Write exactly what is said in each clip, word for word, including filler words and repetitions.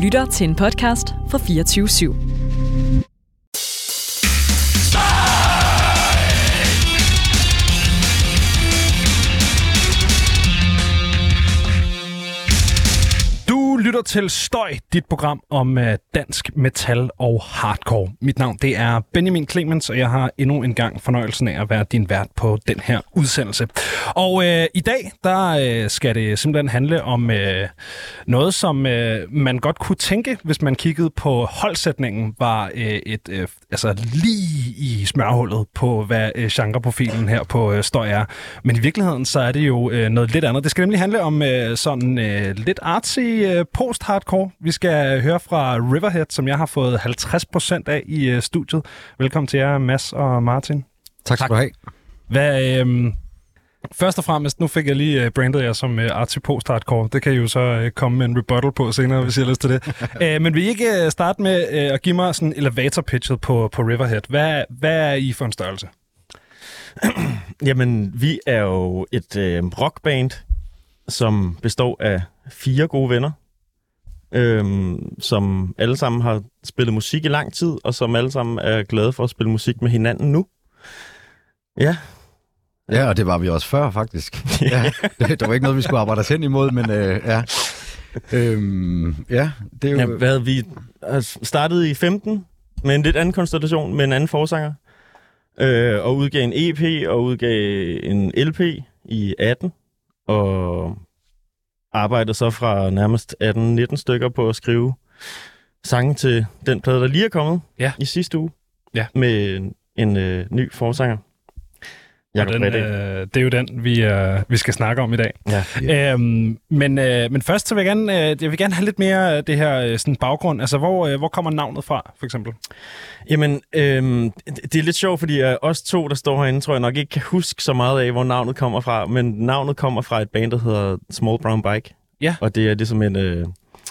lytter til en podcast fra fireogtyve syv. Lytter til Støj, dit program om uh, dansk metal og hardcore. Mit navn det er Benjamin Clemens, og jeg har endnu en gang fornøjelsen af at være din vært på den her udsendelse. Og uh, i dag der uh, skal det simpelthen handle om uh, noget, som uh, man godt kunne tænke, hvis man kiggede på holdsætningen, var uh, et uh, altså lige i smørhullet på, hvad uh, genreprofilen her på uh, Støj er. Men i virkeligheden så er det jo uh, noget lidt andet. Det skal nemlig handle om uh, sådan uh, lidt artsy uh, post-hardcore. Vi skal høre fra Riverhead, som jeg har fået halvtreds procent af i uh, studiet. Velkommen til jer, Mads og Martin. Tak skal du have. Hvad, øhm, først og fremmest, nu fik jeg lige uh, brandet jer som uh, artsy post-hardcore. Det kan I jo så uh, komme med en rebuttal på senere, hvis I har lyst til det. uh, men vil I ikke uh, starte med uh, at give mig sådan elevator-pitchet på, på Riverhead? Hvad, hvad er I for en størrelse? Jamen, vi er jo et øh, rockband, som består af fire gode venner, Øhm, som alle sammen har spillet musik i lang tid, og som alle sammen er glade for at spille musik med hinanden nu. Ja. Ja, og det var vi også før, faktisk. Ja, det, det var ikke noget, vi skulle arbejde os hen imod, men øh, ja. Øhm, ja, det er jo... Ja, hvad vi startede i femten med en lidt anden konstellation, med en anden forsanger, øh, og udgav en E P og udgav en L P i atten, og arbejdede så fra nærmest atten nitten stykker på at skrive sange til den plade, der lige er kommet ja. i sidste uge, ja. med en, en øh, ny forsanger. Den, øh, det er jo den, vi, øh, vi skal snakke om i dag. Ja. Yeah. Øhm, men, øh, men først så vil jeg gerne, øh, jeg vil gerne have lidt mere af det her sådan baggrund. Altså, hvor, øh, hvor kommer navnet fra, for eksempel? Jamen, øh, det er lidt sjovt, fordi øh, os to, der står herinde, tror jeg nok ikke kan huske så meget af, hvor navnet kommer fra. Men navnet kommer fra et band, der hedder Small Brown Bike. Ja. Og det er ligesom en... Øh,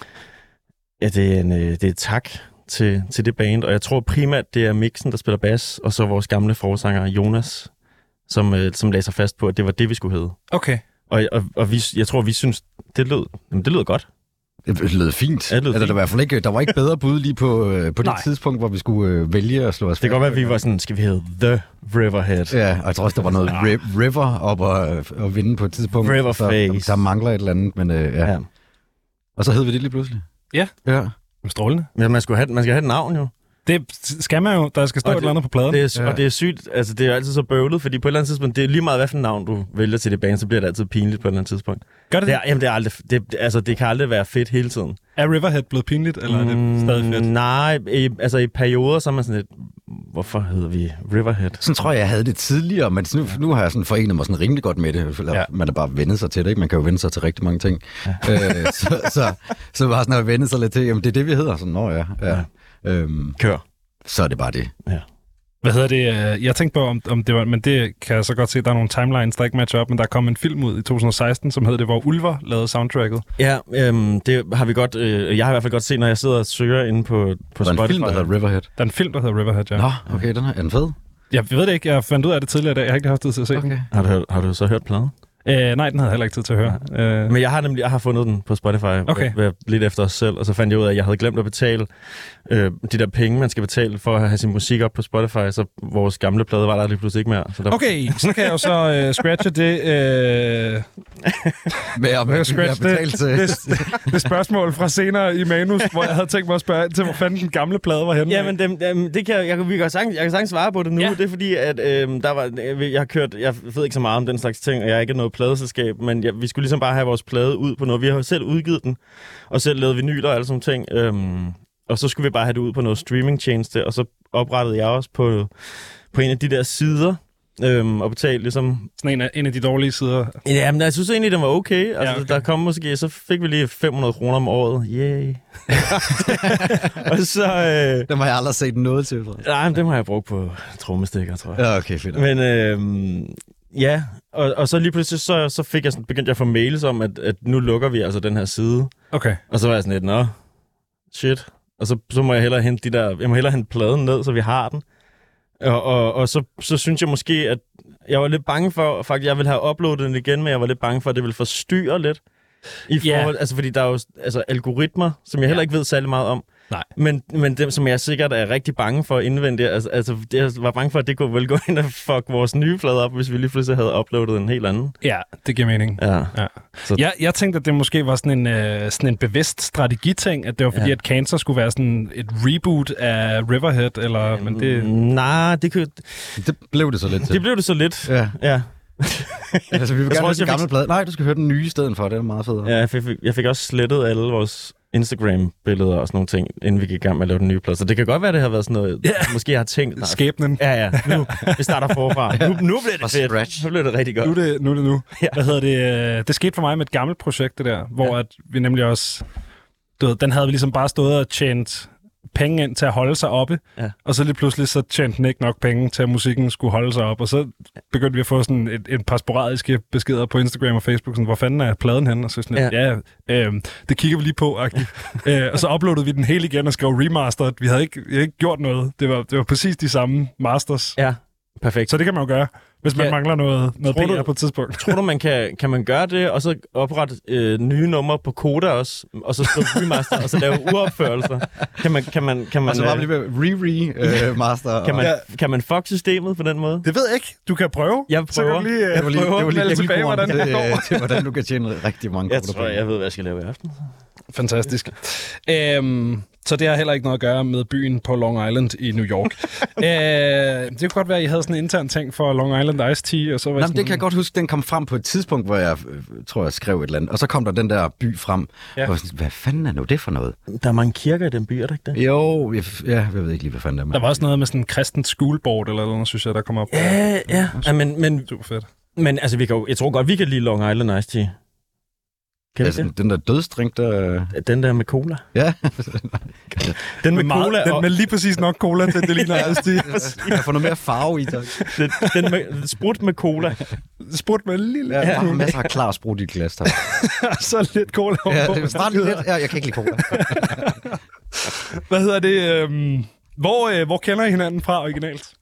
ja, det er en øh, det er et tak til, til det band. Og jeg tror primært, det er Mixen, der spiller bas, og så vores gamle forsanger Jonas, som, øh, som lagde sig fast på, at det var det, vi skulle hedde. Okay. Og, og, og vi, jeg tror, vi synes, det lød, jamen, det lød godt. Det lød fint. Ja, det lød altså, fint. Der, var i hvert fald ikke, der var ikke bedre bud lige på, øh, på det tidspunkt, hvor vi skulle øh, vælge at slå os. Det kan godt være, at vi var sådan, skal vi hedde The Riverhead? Ja, og jeg tror også, der var noget ja. ri- river op og, og vinde på et tidspunkt. Riverface. Der, der mangler et eller andet, men øh, ja. ja. Og så hed vi det lige pludselig. Ja. Ja. Strålende. Ja, man, skulle have, man skal have et navn jo. Det skal man jo. Der skal stå og et det, eller andet på pladen. Det er, ja. Og det er sygt. Altså, det er jo altid så bøvlet, fordi på et eller andet tidspunkt, det er lige meget, hvad for en navn du vælger til det band, så bliver det altid pinligt på et eller andet tidspunkt. Gør det det? Er, jamen, det er aldrig... Det, altså, det kan aldrig være fedt hele tiden. Er Riverhead blevet pinligt, eller er det stadig fedt? Mm, nej, i, altså i perioder, så er man sådan lidt... Hvorfor hedder vi Riverhead? Sådan tror jeg, jeg havde det tidligere, men nu, nu har jeg sådan forenet mig sådan rimelig godt med det. Ja. Man har bare vendt sig til det, ikke? Man kan jo vende sig til rigtig mange ting. Ja. Øh, så, så, så var sådan at vende sig lidt til, jamen det er det, vi hedder. Sådan, nå ja. ja. ja. Øhm, Kør. Så er det bare det. Ja. Hvad hedder det? Jeg tænkte på, om, om det var... Men det kan jeg så godt se, der er nogle timelines, der ikke matcher op, men der kom en film ud i to tusind og seksten, som hedder det, hvor Ulver lavede soundtracket. Ja, øhm, det har vi godt... Øh, jeg har i hvert fald godt set, når jeg sidder og søger inde på, på Spotify. Der er en film, der hedder Riverhead. Der er en film, der hedder Riverhead, ja. Nå, okay, den er, er den fed? Jeg ved det ikke. Jeg fandt ud af det tidligere i dag. Jeg har ikke haft tid til at se okay. den. Har du, har du så hørt pladen? Øh, nej, den havde jeg heller ikke tid til at høre. Ja. Øh. Men jeg har nemlig jeg har fundet den på Spotify okay. ved, ved, lidt efter os selv, og så fandt jeg ud af, at jeg havde glemt at betale øh, de der penge, man skal betale for at have sin musik op på Spotify, så vores gamle plade var der lige pludselig ikke mere. Så der... Okay, så kan jeg jo så uh, scratche det. Uh... Med at jeg scratche det, det, det, det spørgsmål fra senere i manus, hvor jeg havde tænkt mig at spørge ind til, hvor fanden den gamle plade var henne. Jamen, det, det kan jeg, jeg, vi kan sagtens, jeg kan sagtens svare på det nu. Ja. Det er fordi, at øh, der var, jeg har kørt, jeg ved ikke så meget om den slags ting, og jeg er ikke noget pladeselskab, men ja, vi skulle ligesom bare have vores plade ud på noget. Vi har jo selv udgivet den, og selv lavet vinyler og alle sådan ting. Øhm, og så skulle vi bare have det ud på noget streamingtjeneste, og så oprettede jeg også på, på en af de der sider, øhm, og betalte ligesom... Sådan en af, en af de dårlige sider? Ja, men jeg synes egentlig, den var okay. Altså, ja, okay. Der kom måske, så fik vi lige fem hundrede kroner om året. Yay! Og så... Øh, dem har jeg aldrig set noget til. Nej, men dem har jeg brugt på trommestikker, tror jeg. Ja, okay, fedt. Men... Øh, Ja, og, og så lige pludselig så, så fik jeg sådan, begyndte jeg at få mails om, at, at nu lukker vi altså den her side. Okay. Og så var jeg sådan lidt, nå, shit. Og så, så må jeg hellere hente de der, jeg må hellere hente pladen ned, så vi har den. Og, og, og så, så synes jeg måske, at jeg var lidt bange for, faktisk jeg ville have uploadet den igen, men jeg var lidt bange for, at det ville forstyrre lidt. I forhold, yeah. Altså, fordi der er jo altså, algoritmer, som jeg heller ikke ved særlig meget om. Nej. Men, men dem, som jeg sikkert er rigtig bange for at indvende, altså, altså jeg var bange for, at det kunne vel gå ind og fuck vores nye flade op, hvis vi lige pludselig havde uploadet en helt anden. Ja, det giver mening. Ja. Ja. Så... Jeg, jeg tænkte, at det måske var sådan en, øh, sådan en bevidst strategiting, at det var fordi, ja. at Cancer skulle være sådan et reboot af Riverhead, eller... Um, men det... Nej, det kunne... Det blev det så lidt til. Det blev det så lidt, ja. ja. Altså, vi vil jeg gerne høre den gamle fik... plade. Nej, du skal høre den nye i stedet for, det er meget federe. Ja, jeg fik, jeg fik også slettet alle vores Instagram-billeder og sådan nogle ting, inden vi gik i gang med at lave den nye plade. Så det kan godt være, det har været sådan noget, yeah. måske jeg har tænkt... Nej, skæbnen. Ja, ja, nu, vi starter forfra. Nu, nu bliver det fedt. Scratch. Nu bliver det rigtig godt. Nu er det nu. Er det, nu. Ja. Hvad hedder det? Det skete for mig med et gammelt projekt, det der, hvor ja. at vi nemlig også... Du ved, den havde vi ligesom bare stået og tjent penge ind til at holde sig oppe, ja. og så lige pludselig så tjente den ikke nok penge til, at musikken skulle holde sig op, og så begyndte vi at få sådan et, et par sporadiske beskeder på Instagram og Facebook, sådan, hvor fanden er pladen henne? Og så sådan, ja, ja øh, det kigger vi lige på, øh, og så uploadede vi den hele igen og skrev remastered. Vi havde ikke, vi havde ikke gjort noget. Det var, det var præcis de samme masters. Ja, perfekt. Så det kan man jo gøre, hvis man ja. mangler noget, noget P R på et tidspunkt. Tror du, man kan, kan man gøre det, og så oprette øh, nye numre på Koda også, og så skrive remaster, og så lave uopførelser? Kan man... Kan man, kan man og så bare blive re-re-master. Øh, kan, man, ja. kan man fuck systemet på den måde? Det ved jeg ikke. Du kan prøve. Jeg prøver. Så kan du lige, det var lige, det var lige tilbage, hvordan det går. Til, hvordan du kan tjene rigtig mange jeg tror, jeg ved, hvad jeg skal lave i aften. Fantastisk. Øhm, så det har heller ikke noget at gøre med byen på Long Island i New York. øh, det kunne godt være, at I havde sådan en intern ting for Long Island Ice Tea, og så var Nå, sådan... det kan jeg godt huske, den kom frem på et tidspunkt, hvor jeg tror, jeg skrev et eller andet, og så kom der den der by frem, ja. og sådan, hvad fanden er nu det for noget? Der er mange kirker i den by, er der ikke det? Jo, jeg, ja, jeg ved ikke lige, hvad fanden det er. Der var også noget med sådan en kristent schoolboard, eller noget, synes jeg, der kom op. Ja, ja, ja men, men, super fedt. Men altså, vi kan jo, jeg tror godt, vi kan lide Long Island Ice Tea. Kan altså, den der dødsdrink, der... Den der med cola. Ja. den med, med cola. Meget, den og... med lige præcis nok cola, den det ligner Ice Tea. Jeg får noget mere farve i, tak. Den, den med sprut med cola. Sprut med en lille... Ja, der er masser af klar sprut i et glas, tak. Så lidt cola ovenpå. Ja, det er bare lidt. Ja, jeg kan ikke lide cola. Hvad hedder det? Øhm, hvor, øh, hvor kender I hinanden fra originalt?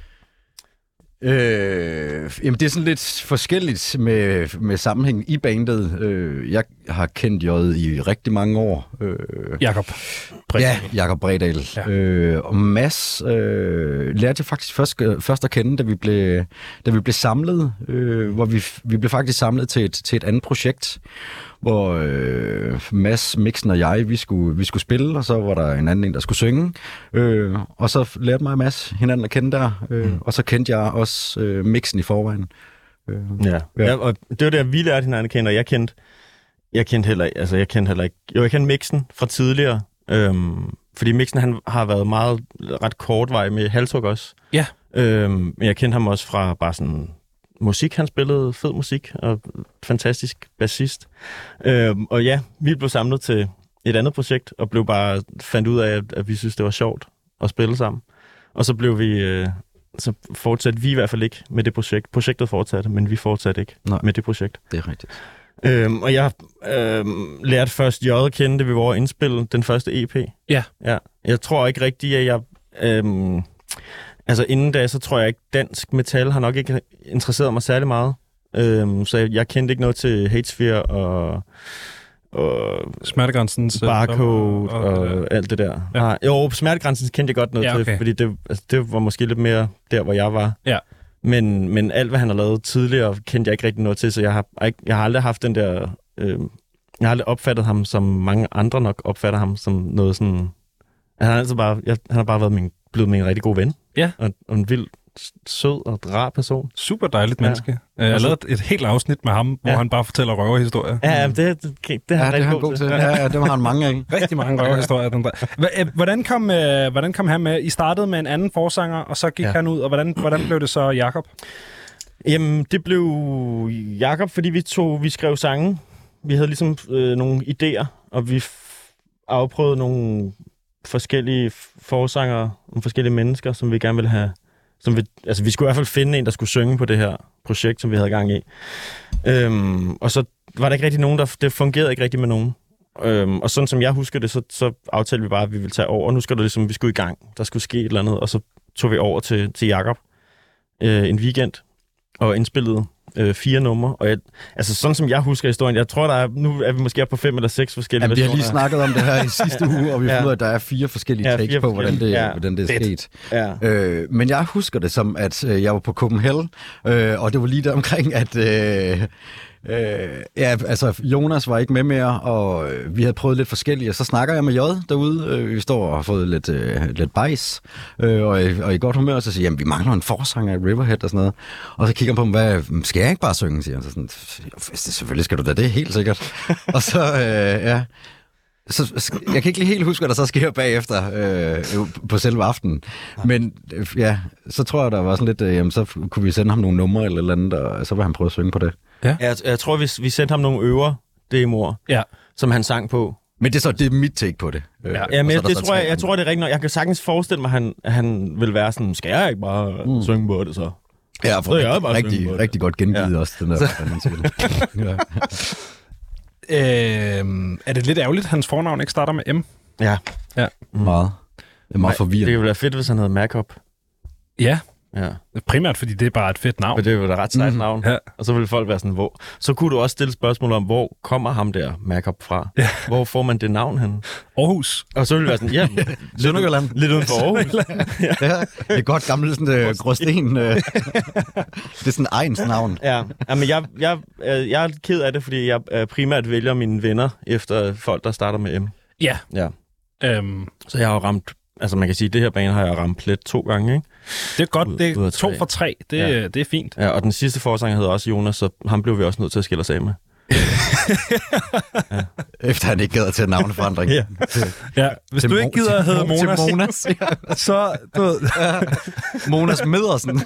Øh, jamen det er sådan lidt forskelligt med, med sammenhængen i bandet. Øh, jeg har kendt J i rigtig mange år. Øh, Jakob Bredal. Ja, Jakob Bredal. Ja. Øh, og Mads øh, lærte jeg faktisk først, først at kende, da vi blev, da vi blev samlet. Øh, hvor vi, vi blev faktisk samlet til et, til et andet projekt, hvor øh, Mads, Mixen og jeg, vi skulle, vi skulle spille, og så var der en anden en, der skulle synge. Øh, og så lærte mig og Mads hinanden at kende der, øh, mm. og så kendte jeg også øh, Mixen i forvejen. Øh, ja. Ja. ja, og det var der, vi lærte hinanden at kende, og jeg kendte, jeg kendte heller, altså jeg kendte heller ikke, jo, jeg kendte Mixen fra tidligere, øhm, fordi Mixen, han har været meget, ret kort vej med Halshug også. Ja. Øhm, men jeg kendte ham også fra bare sådan musik, han spillede fed musik, og fantastisk bassist. Øhm, og ja, vi blev samlet til et andet projekt, og blev bare fandt ud af, at, at vi synes det var sjovt at spille sammen. Og så blev vi, øh, så fortsatte vi i hvert fald ikke med det projekt. Projektet fortsatte, men vi fortsatte ikke Nej, med det projekt. Det er rigtigt. Øhm, og jeg øhm, lærte først J at kende, det vi var over at indspille den første E P. Ja. Ja. Jeg tror ikke rigtigt, at jeg... Øhm, altså inden da, så tror jeg ikke, dansk metal har nok ikke interesseret mig særlig meget. Øhm, så jeg, jeg kendte ikke noget til Hatesphere og... og Smertegrænsens Barcode og, og, og alt det der. Ja. Nej, jo, Smertegrænsens kendte jeg godt noget ja, okay. til, fordi det, altså, det var måske lidt mere der, hvor jeg var. Ja. Men, men alt, hvad han har lavet tidligere, kendte jeg ikke rigtig noget til, så jeg har, ikke, jeg har aldrig haft den der... Øh, jeg har aldrig opfattet ham, som mange andre nok opfatter ham, som noget sådan... Han har altid bare, jeg, han har bare været min, blevet min rigtig god ven. Ja. Og, og en vild, sød og rar person. Super dejligt menneske. Ja. Jeg har lavet et helt afsnit med ham, hvor ja. han bare fortæller røverhistorier. Ja, det, det, det, det har ja, han rigtig god til. til. Ja, ja, det har han mange af. Rigtig mange røverhistorier. Den der. Hvordan kom, øh, hvordan kom han med? I startede med en anden forsanger, og så gik ja. han ud, og hvordan, hvordan blev det så Jakob? Jamen, det blev Jakob, fordi vi tog, vi skrev sange. Vi havde ligesom øh, nogle idéer, og vi f- afprøvede nogle forskellige forsanger om forskellige mennesker, som vi gerne ville have. Som vi, altså, vi skulle i hvert fald finde en, der skulle synge på det her projekt, som vi havde gang i. Øhm, og så var der ikke rigtig nogen, der... Det fungerede ikke rigtig med nogen. Øhm, og sådan som jeg husker det, så, så aftalte vi bare, at vi ville tage over. Og nu skal der ligesom, vi skulle i gang. Der skulle ske et eller andet, og så tog vi over til, til Jakob øh, en weekend og indspillede øh, fire numre. Og jeg, altså sådan som jeg husker historien, jeg tror, der er, nu er vi måske på fem eller seks forskellige Jamen, versioner. vi har lige snakket om det her i sidste uge, og vi har ja. fundet, at der er fire forskellige ja, takes fire på, hvordan det, ja. hvordan det er sket. Ja. Øh, men jeg husker det som, at øh, jeg var på Copenhagen, øh, og det var lige der omkring, at øh, øh, ja, altså, Jonas var ikke med mere, og øh, vi havde prøvet lidt forskellige, og så snakker jeg med J derude. Øh, vi står og har fået lidt, øh, lidt bajs, øh, og, og i godt humør, og så siger jamen, vi mangler en forsanger i Riverhead og sådan noget. Og så kigger han på mig, hvad, skal jeg ikke bare synge, siger han. Så sådan, selvfølgelig skal du da det, helt sikkert. Og så, øh, ja... Så, jeg kan ikke lige helt huske, hvad der så sker bagefter øh, på selve aftenen. Men øh, ja, så tror jeg, der var sådan lidt, øh, jamen, så kunne vi sende ham nogle numre eller eller andet, og så var han prøve at synge på det. Ja. Jeg, jeg tror, vi, vi sendte ham nogle øver-demoer, ja. som han sang på. Men det er så det er mit take på det. Ja, øh, ja men jeg, det tror jeg, jeg tror, det er rigtigt nok. Jeg kan sagtens forestille mig, at han, han vil være sådan, skal jeg ikke bare mm. synge på det så? Ja, for rigtig, rigtig, rigtig, rigtig godt gengivet ja. også, den der. ja. Øhm, er det lidt ærgerligt, at hans fornavn ikke starter med M? Ja. Ja. Mm. Meget. Det er meget forvirrende. Det ville være fedt, hvis han havde Makeup. Ja. Ja. Primært, fordi det er bare et fedt navn. Men det er jo et ret sejt mm. navn. Ja. Og så ville folk være sådan, hvor... Så kunne du også stille spørgsmål om, hvor kommer ham der Makeup fra? Ja. Hvor får man det navn hen? Aarhus. Og så ville det være sådan, ja... Sønderjylland. Lidt uden for Aarhus. ja. ja, det er godt gammelt sådan uh, Gråsten. Uh, det er sådan ejens navn. Ja, men jeg, jeg, jeg er ked af det, fordi jeg primært vælger mine venner efter folk, der starter med M. Ja. Ja. Øhm. Så jeg har jo ramt... Altså man kan sige, at det her bane har jeg ramt plet to gange, ikke? Det er godt, ud, det er to tre. for tre. Det, ja. det er fint. Ja, og den sidste forsanger hedder også Jonas, så ham blev vi også nødt til at skille os af med. ja. Efter han ikke gad til at navneforandring. ja. ja. Hvis til du ikke gider at hedde Monas, Monas ja. så... Du ved. ja. Monas Medersen.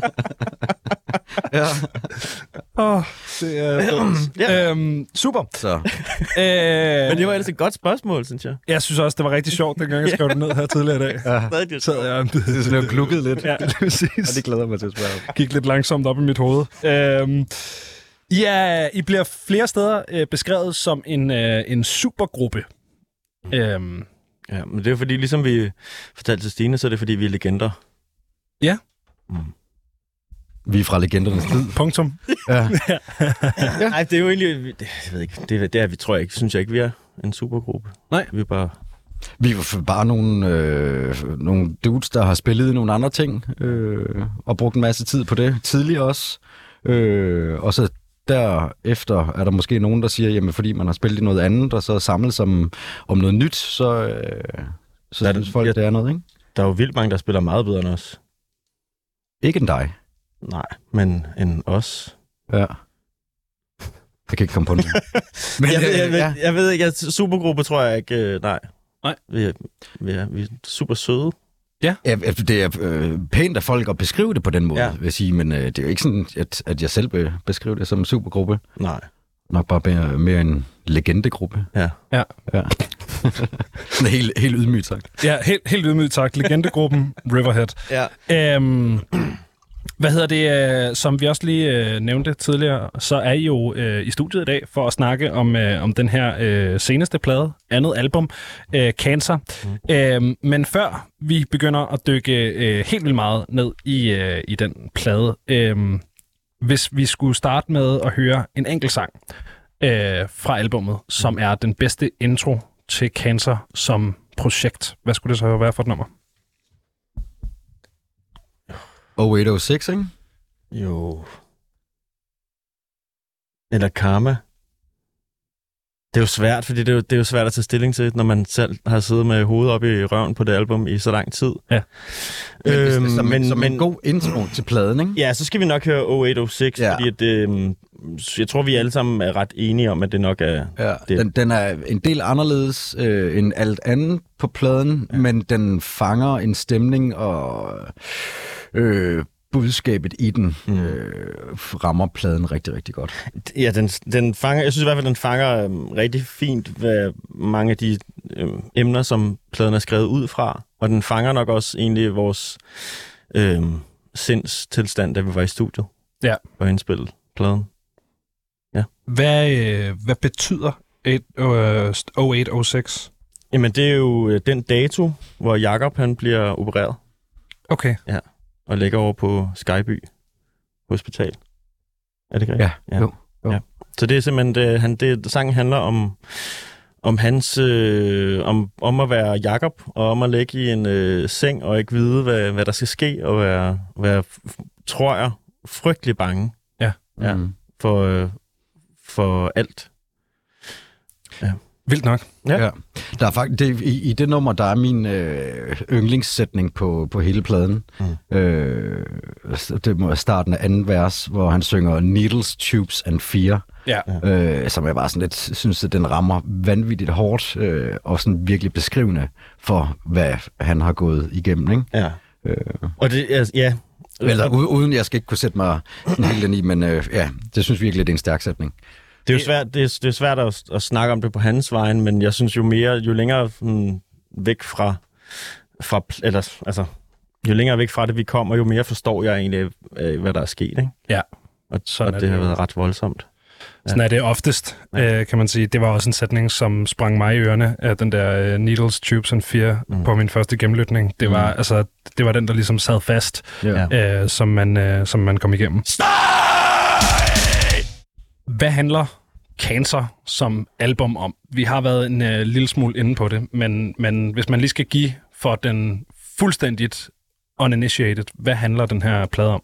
ja. Åh, oh, det er dumt. ja. øhm, super. Så. Æh, Men det var ellers et godt spørgsmål, synes jeg. Jeg synes også, det var rigtig sjovt, dengang jeg skrev det ned her tidligere i dag. Ja. Så jeg... Det er sådan klukket lidt. Ja, præcis. Og det glæder mig til at spørge. Gik lidt langsomt op i mit hoved. Øhm, ja, I bliver flere steder øh, beskrevet som en, øh, en supergruppe. Mm. Øhm. Ja, men det er jo fordi, ligesom vi fortalte til Stine, så er det fordi, vi er legender. Ja. Mm. Vi er fra legendernes tid. Punktum. Ja. ja. Nej, det er jo egentlig... Det, jeg ved ikke, det, det er vi, tror jeg ikke. Synes jeg ikke, vi er en supergruppe. Nej. Vi er bare... Vi er bare nogle, øh, nogle dudes, der har spillet i nogle andre ting, øh, og brugt en masse tid på det. Tidligere også. Øh, og så derefter er der måske nogen, der siger, jamen fordi man har spillet i noget andet, og så samlet som om noget nyt, så, øh, så der, synes folk, ja, det er noget, ikke? Der er jo vildt mange, der spiller meget bedre end os. Ikke end dig. Nej, men end os. Ja. Jeg kan ikke komme på noget. Men jeg, jeg, jeg, jeg, jeg ved ikke, at supergruppe tror jeg ikke, øh, nej. Nej. Vi er, vi, er, vi er super søde. Ja. ja det er øh, pænt af folk at beskrive det på den måde, ja. vil jeg sige, men øh, det er jo ikke sådan, at, at jeg selv vil beskrive det som en supergruppe. Nej. Nok bare mere, mere en legendegruppe. Ja. Ja. ja. Sådan helt, helt ydmygt sagt. Ja, helt, helt ydmygt sagt. Legendegruppen Riverhead. Ja. Øhm, hvad hedder det, øh, som vi også lige øh, nævnte tidligere, så er I jo øh, i studiet i dag for at snakke om, øh, om den her øh, seneste plade, andet album, øh, Cancer. Mm. Øhm, men før vi begynder at dykke øh, helt vildt meget ned i, øh, i den plade, øh, hvis vi skulle starte med at høre en enkelt sang øh, fra albummet, som er den bedste intro til Cancer som projekt, hvad skulle det så være for et nummer? oh otte oh seks, ikke? Jo. Eller Karma. Det er jo svært, fordi det er jo, det er jo svært at tage stilling til, når man selv har siddet med hovedet op i røven på det album i så lang tid. Ja. Øhm, som men, som men, en god intro til pladen, ikke? Ja, så skal vi nok høre oh otte oh seks, ja. Fordi at, øh, jeg tror, vi alle sammen er ret enige om, at det nok er... Ja, det. Den, den er en del anderledes øh, end alt andet på pladen, ja. Men den fanger en stemning og... Øh, budskabet i den øh, rammer pladen rigtig, rigtig godt. Ja, den, den fanger, jeg synes i hvert fald, den fanger øh, rigtig fint hvad mange af de øh, emner, som pladen er skrevet ud fra, og den fanger nok også egentlig vores øh, sindstilstand, da vi var i studiet. Ja. Og indspille pladen. Ja. Hvad, øh, hvad betyder oh otte oh seks? Jamen, det er jo øh, den dato, hvor Jakob han bliver opereret. Okay. Ja. Og ligger over på Skyby Hospital. Er det rigtigt? Ja, jo. jo. Ja. Så det er simpelthen, det, han, det, sangen handler om, om hans, øh, om, om at være Jakob, og om at ligge i en øh, seng, og ikke vide, hvad, hvad der skal ske, og være, være, tror jeg, frygtelig bange. Ja. Ja. Mm. For, øh, for alt. Ja. Vildt nok. Ja. Ja. Der er faktisk, det, i, I det nummer, der er min øh, yndlingssætning på, på hele pladen. Mm. Øh, det må være starten af anden vers, hvor han synger Needles, Tubes and Fear. Ja. Øh, som jeg bare sådan lidt synes, at den rammer vanvittigt hårdt, øh, og sådan virkelig beskrivende for, hvad han har gået igennem, ikke? Ja. Øh. Og det, altså, ja. Eller, uden jeg skal ikke kunne sætte mig helt ind i, men øh, ja, det synes virkelig, det er en stærk sætning. Det er jo svært, det er, det er svært at, at snakke om det på hans vejen, men jeg synes jo mere, jo længere hmm, væk fra, fra eller, altså, jo længere væk fra det vi kommer, jo mere forstår jeg egentlig, hvad der er sket, ikke? Ja. Og, og det, det har været ret voldsomt. Sådan ja. Er det oftest, ja. øh, kan man sige. Det var også en sætning, som sprang mig i ørerne af den der uh, Needles, Tubes and Fear mm. på min første gennemlytning. Det var, mm. altså, det var den, der ligesom sad fast, yeah. øh, som, man, øh, som man kom igennem. Støj! Hvad handler Cancer som album om? Vi har været en øh, lille smule inde på det, men, men hvis man lige skal give for den fuldstændigt uninitiated, hvad handler den her plade om?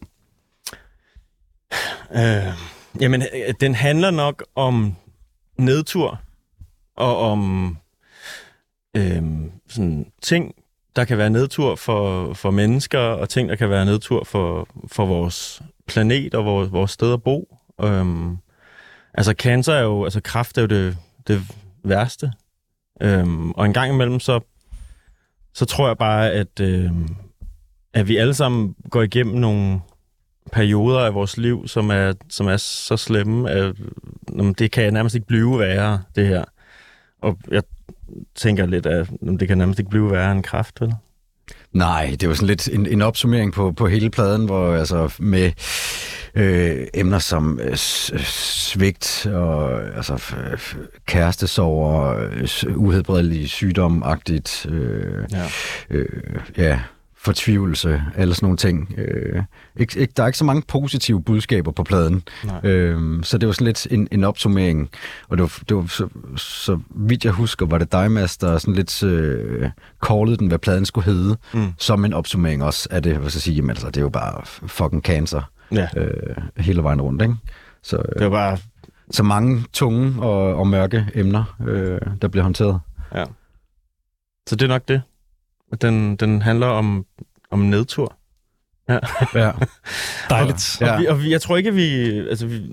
Øh, jamen, den handler nok om nedtur og om øh, sådan ting, der kan være nedtur for, for mennesker, og ting, der kan være nedtur for, for vores planet og vores, vores sted at bo. Øh, Altså, cancer er jo, altså kræft er jo det, det værste. Øhm, og en gang imellem, så, så tror jeg bare, at, øhm, at vi alle sammen går igennem nogle perioder af vores liv, som er, som er så slemme, at det kan nærmest ikke blive værre, det her. Og jeg tænker lidt, at det kan nærmest ikke blive værre end kræft, vel? Nej, det var sådan lidt en, en opsummering på, på hele pladen, hvor altså med øh, emner som øh, svigt og altså f- kærestesorg og øh, uhedbredelig sygdom-agtigt, øh, ja. Øh, ja, fortvivlelse, alle sådan nogle ting. Øh, ikke, ikke, der er ikke så mange positive budskaber på pladen, øh, så det var sådan lidt en, en opsummering, og det var, det var så, så vidt jeg husker, var det dig, Mads, der sådan lidt øh, callede den, hvad pladen skulle hedde, mm. som en opsummering også af det, hvad så sige, jamen, altså, det er jo bare fucking cancer, ja. øh, hele vejen rundt, ikke? Så, øh, det var bare... så mange tunge og, og mørke emner, øh, der bliver håndteret. Ja. Så det er nok det. Den, den handler om, om nedtur. Ja. Ja. Dejligt. Og, og, vi, og vi, jeg tror ikke, vi... Altså, vi,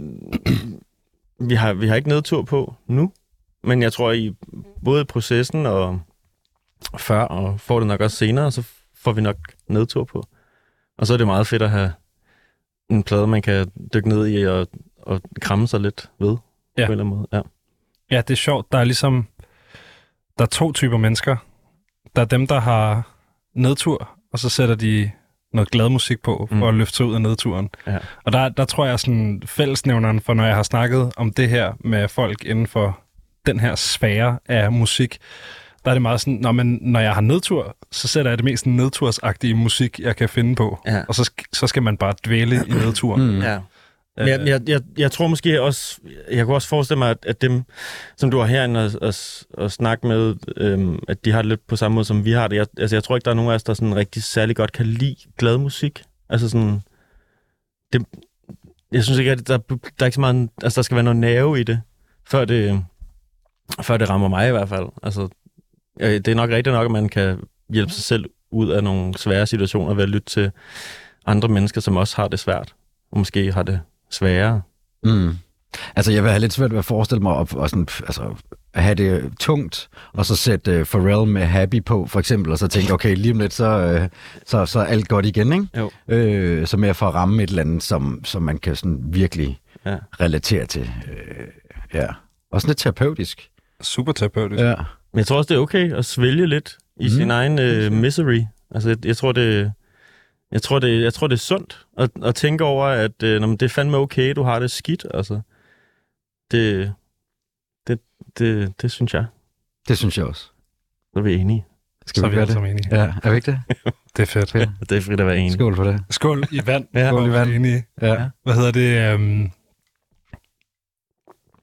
vi, har, vi har ikke nedtur på nu, men jeg tror, i både i processen og før, og får det nok også senere, så får vi nok nedtur på. Og så er det meget fedt at have en plade, man kan dykke ned i og, og kramme sig lidt ved. Ja. På en eller anden måde. Ja. Ja, det er sjovt. Der er ligesom... Der er to typer mennesker. Der er dem, der har nedtur, og så sætter de noget glad musik på, for mm. at løfte sig ud af nedturen. Ja. Og der, der tror jeg sådan fællesnævneren for, når jeg har snakket om det her med folk inden for den her sfære af musik, der er det meget sådan, når, man, når jeg har nedtur, så sætter jeg det mest nedtursagtige musik, jeg kan finde på. Ja. Og så, så skal man bare dvæle i nedturen. Mm. Ja. Men jeg, jeg, jeg, jeg tror måske også, jeg kunne også forestille mig, at, at dem, som du har herinde og, og, og snakke med, øhm, at de har det lidt på samme måde, som vi har det. Jeg, altså, jeg tror ikke, der er nogen af os, der sådan rigtig særlig godt kan lide glad musik. Altså sådan, det, jeg synes ikke, at der, der er ikke så meget, altså der skal være noget nerve i det, før det, før det rammer mig i hvert fald. Altså, det er nok rigtigt nok, at man kan hjælpe sig selv ud af nogle svære situationer ved at lytte til andre mennesker, som også har det svært, og måske har det sværere. Mm. Altså, jeg vil have lidt svært ved at forestille mig at, at, sådan, altså, at have det tungt, og så sætte uh, Pharrell med Happy på, for eksempel, og så tænke, okay, lige om lidt, så, uh, så, så er alt godt igen, ikke? Jo. Øh, så med at få ramme et eller andet, som, som man kan sådan virkelig ja. relatere til. Øh, ja. Og sådan lidt terapeutisk. Super terapeutisk. Ja. Men jeg tror også, det er okay at svælge lidt i mm. sin egen uh, misery. Altså, jeg, jeg tror, det Jeg tror, det, jeg tror, det er sundt at, at tænke over, at øh, når det er fandme okay, du har det skidt. Altså, det, det, det, det synes jeg. Det synes jeg også. Så er vi enige. Skal så vi gøre det? Enige. Ja, er vi ikke det? Det er fedt. fedt. Det er fedt at være enige. Skål for det. Skål i vand. Ja, skål i vand. Enige. Ja. Hvad hedder det? Um,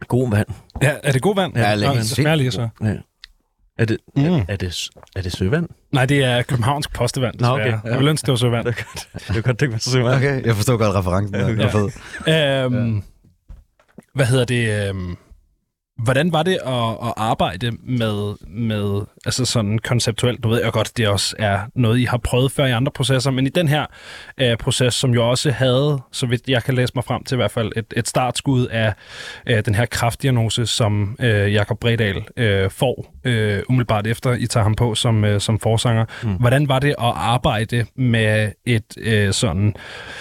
God vand. Ja, er det god vand? Ja, Nå, det smager lige så. Ja. Er det, Mm. er, er, det, er det søvand? Nej, det er københavnsk postevand. Nå, okay. Ja. Jeg vil ønske, det var søvand. Det er godt. Det er godt, det var søvand. Okay, jeg forstår godt referencen. Der. Ja. Fed. Øhm, ja. Hvad hedder det? Øhm, hvordan var det at, at arbejde med, med altså sådan konceptuelt? Nu ved jeg godt, det også er noget, I har prøvet før i andre processer, men i den her øh, proces, som jo også havde, så vidt jeg kan læse mig frem til i hvert fald, et, et startskud af øh, den her kræftdiagnose, som øh, Jakob Bredahl øh, får øh, umiddelbart efter, I tager ham på som, øh, som forsanger. Mm. Hvordan var det at arbejde med et øh, sådan...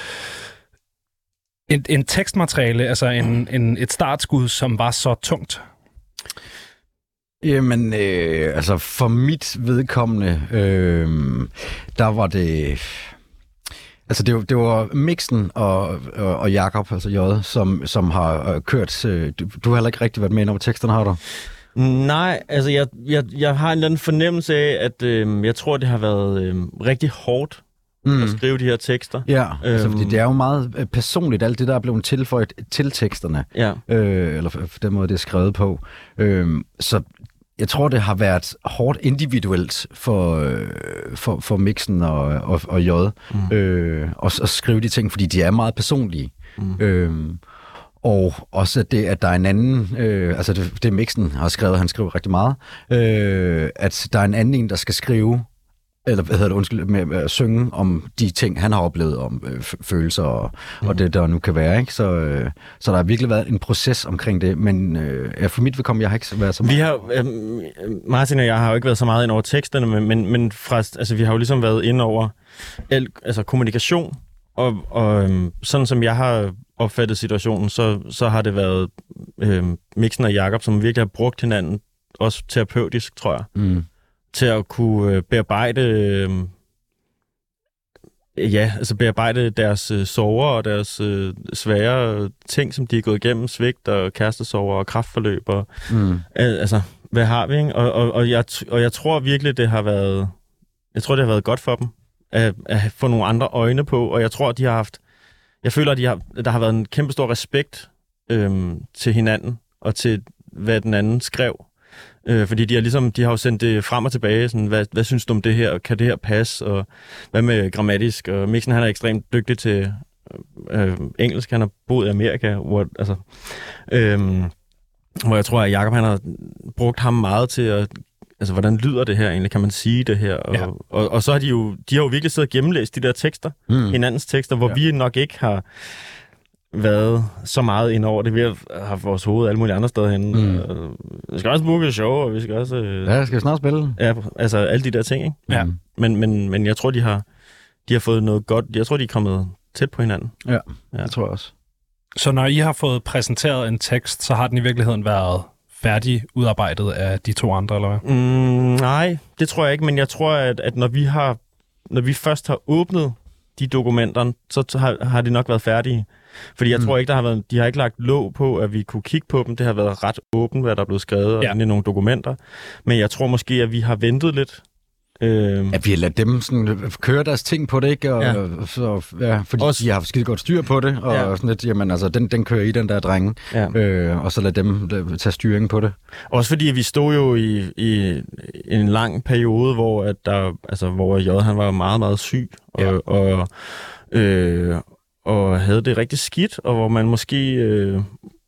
En, en tekstmateriale, altså en, en, et startskud, som var så tungt? Jamen, øh, altså for mit vedkommende, øh, der var det... Altså det, det var Mixen og, og, og Jakob, altså J, som, som har øh, kørt... Øh, du, du har heller ikke rigtig været med ind over teksterne, har du? Nej, altså jeg, jeg, jeg har en eller anden fornemmelse af, at øh, jeg tror, det har været øh, rigtig hårdt mm. at skrive de her tekster. Ja, øhm, altså, fordi det er jo meget personligt, alt det, der er blevet tilføjet til teksterne. Ja. Øh, eller for den måde, det er skrevet på. Øh, så jeg tror, det har været hårdt individuelt for, øh, for, for Mixen og, og, og J mm. øh, at, at skrive de ting, fordi de er meget personlige. Mm. Øh, og også det, at der er en anden, øh, altså det, det Mixen har skrevet, han skriver rigtig meget, øh, at der er en anden en, der skal skrive, eller hvad hedder det, undskyld, med, med at synge om de ting, han har oplevet, om øh, følelser og, mm. og det, der nu kan være. Ikke? Så, øh, så der har virkelig været en proces omkring det, men øh, for mit vedkommende, jeg har ikke været så meget. Vi har, øh, Martin og jeg har jo ikke været så meget ind over teksterne, men, men, men fra, altså, vi har jo ligesom været ind over el, altså, kommunikation, og, og øh, sådan som jeg har opfattet situationen, så, så har det været øh, Mixen og Jakob, som virkelig har brugt hinanden, også terapeutisk, tror jeg. Mm. Til at kunne bearbejde, øh, ja, altså bearbejde deres øh, sorger og deres øh, svære ting, som de er gået igennem, svigt og kærestesorger og kræftforløb og mm. øh, altså, hvad har vi, ikke? Og, og, og, jeg, og jeg tror virkelig, det har været, jeg tror, det har været godt for dem at, at få nogle andre øjne på, og jeg tror, de har haft, jeg føler, at de har, der har været en kæmpe stor respekt øh, til hinanden og til, hvad den anden skrev. Øh, fordi de har ligesom, de har jo sendt det frem og tilbage, sådan, hvad, hvad synes du om det her, kan det her passe, og hvad med grammatisk, og Mixen, han er ekstremt dygtig til øh, engelsk, han har boet i Amerika, hvor, altså, øh, hvor jeg tror, at Jakob, han har brugt ham meget til at, altså, hvordan lyder det her egentlig, kan man sige det her, og, ja. og, og, og så har de jo, de har jo virkelig siddet og gennemlæst de der tekster, mm. hinandens tekster, hvor ja. vi nok ikke har været så meget ind over det. Vi har haft vores hoved alle mulige andre steder henne. Mm. Vi skal også booke et show, og vi skal også... Ja, skal vi snart spille. Ja, altså alle de der ting, ikke? Ja. Men, men, men jeg tror, de har, de har fået noget godt... Jeg tror, de er kommet tæt på hinanden. Ja, ja, det tror jeg også. Så når I har fået præsenteret en tekst, så har den i virkeligheden været færdig udarbejdet af de to andre, eller hvad? Mm, nej, det tror jeg ikke, men jeg tror, at, at når vi har... Når vi først har åbnet de dokumenter, så har, har de nok været færdige. Fordi jeg mm. tror ikke, der har været, de har ikke lagt låg på, at vi kunne kigge på dem. Det har været ret åbent, hvad der er blevet skrevet ja. i nogle dokumenter. Men jeg tror måske, at vi har ventet lidt. Øh... At vi har ladet dem sådan køre deres ting på det, ikke? Og, ja. Så, ja, fordi Også... de har haft skide godt styr på det. Og ja. sådan lidt, jamen altså, den, den kører i den der drenge. Ja. Øh, og så lad dem lad, tage styringen på det. Også fordi vi stod jo i, i en lang periode, hvor, at der, altså, hvor J, han var meget, meget syg. Og, ja. og øh, og havde det rigtig skidt, og hvor man måske øh,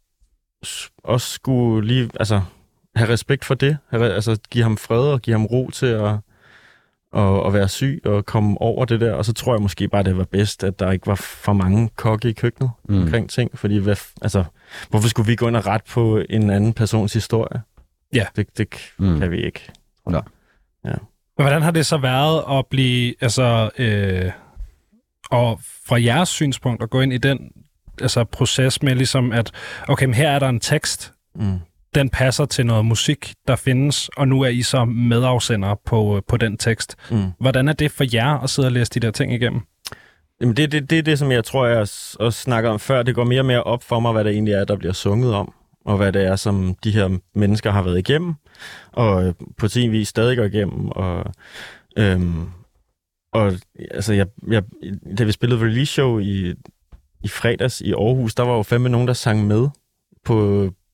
også skulle lige altså, have respekt for det, have, altså give ham fred og give ham ro til at, at, at være syg og komme over det der, og så tror jeg måske bare, det var bedst, at der ikke var for mange kokke i køkkenet mm. omkring ting, fordi hvad, altså, hvorfor skulle vi gå ind og rette på en anden persons historie? Ja. Det, det mm. kan vi ikke. Ja. Ja. Hvordan har det så været at blive, altså... Øh og fra jeres synspunkt at gå ind i den altså, proces med ligesom, at okay, men her er der en tekst, mm. den passer til noget musik, der findes, og nu er I så medafsender på, på den tekst. Mm. Hvordan er det for jer at sidde og læse de der ting igennem? Jamen det er det, det, det, som jeg tror, jeg også snakker om før. Det går mere og mere op for mig, hvad det egentlig er, der bliver sunget om, og hvad det er, som de her mennesker har været igennem, og på sin vis stadig går igennem, og... Øhm, Og altså, jeg, jeg, da vi spillede release show i, i fredags i Aarhus, der var jo fandme nogen, der sang med på,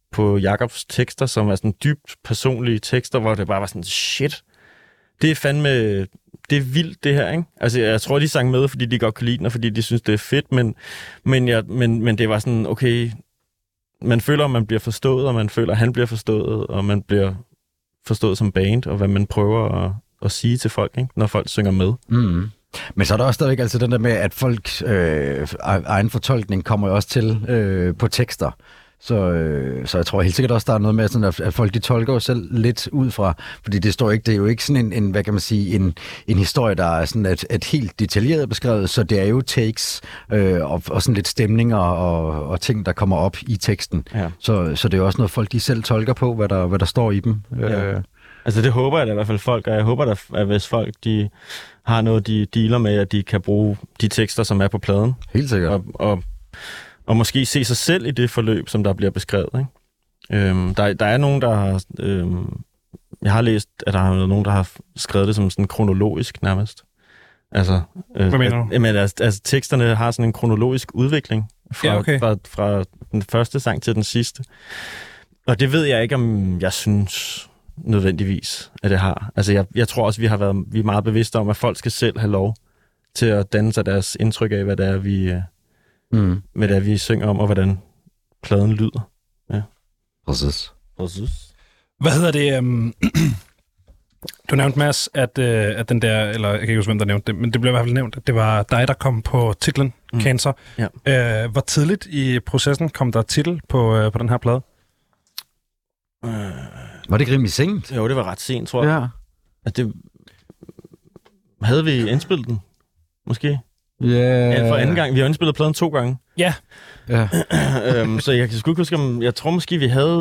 på Jacobs tekster, som er sådan dybt personlige tekster, hvor det bare var sådan, shit, det er fandme, det er vildt det her, ikke? Altså, jeg tror, de sang med, fordi de godt kan lide den, og fordi de synes, det er fedt, men, men, jeg, men, men det var sådan, okay, man føler, at man bliver forstået, og man føler, at han bliver forstået, og man bliver forstået som band, og hvad man prøver at, at sige til folk, ikke? Når folk synger med. Mm. Men så er der også stadigvæk altså den der med, at folk øh, egen fortolkning kommer jo også til øh, på tekster. Så, øh, så jeg tror helt sikkert også, der er noget med, sådan, at, at folk de tolker jo selv lidt ud fra, fordi det står ikke, det er jo ikke sådan en, en hvad kan man sige, en, en historie, der er sådan et, et helt detaljeret beskrevet, så det er jo takes øh, og, og sådan lidt stemninger og, og ting, der kommer op i teksten. Ja. Så, så det er jo også noget, folk de selv tolker på, hvad der, hvad der står i dem. Ja. Øh. Altså det håber jeg da i hvert fald folk, og jeg håber da, at hvis folk de har noget, de dealer med, at de kan bruge de tekster, som er på pladen. Helt sikkert. Og, og, og måske se sig selv i det forløb, som der bliver beskrevet. Ikke? Øhm, der, der er nogen, der har... Øhm, jeg har læst, at der er nogen, der har skrevet det som sådan kronologisk nærmest. Altså, øh, Hvad mener du? At, jamen, altså, altså, teksterne har sådan en kronologisk udvikling fra, ja, okay. fra, fra den første sang til den sidste. Og det ved jeg ikke, om jeg synes nødvendigvis, at det har. Altså, jeg, jeg tror også, vi har været vi er meget bevidste om, at folk skal selv have lov til at danne sig deres indtryk af, hvad det er, vi, mm. hvad det er, vi synger om, og hvordan pladen lyder. Ja. Præcis. Præcis. Hvad hedder det? Um... Du nævnte, Mads, at, uh, at den der, eller jeg kan ikke huske, hvem der nævnte det, men det blev i hvert fald nævnt, at det var dig, der kom på titlen mm. Cancer. Ja. Uh, hvor tidligt i processen kom der titel på, uh, på den her plade? Uh... Var det ikke rimelig sent? Jo, det var ret sent, tror jeg. Ja. At det... Havde vi indspillet den? Måske? Yeah. Ja. For anden gang. Vi har indspillet pladen to gange. Ja. Yeah. øhm, så jeg kan sgu ikke huske, om... Jeg tror måske, vi havde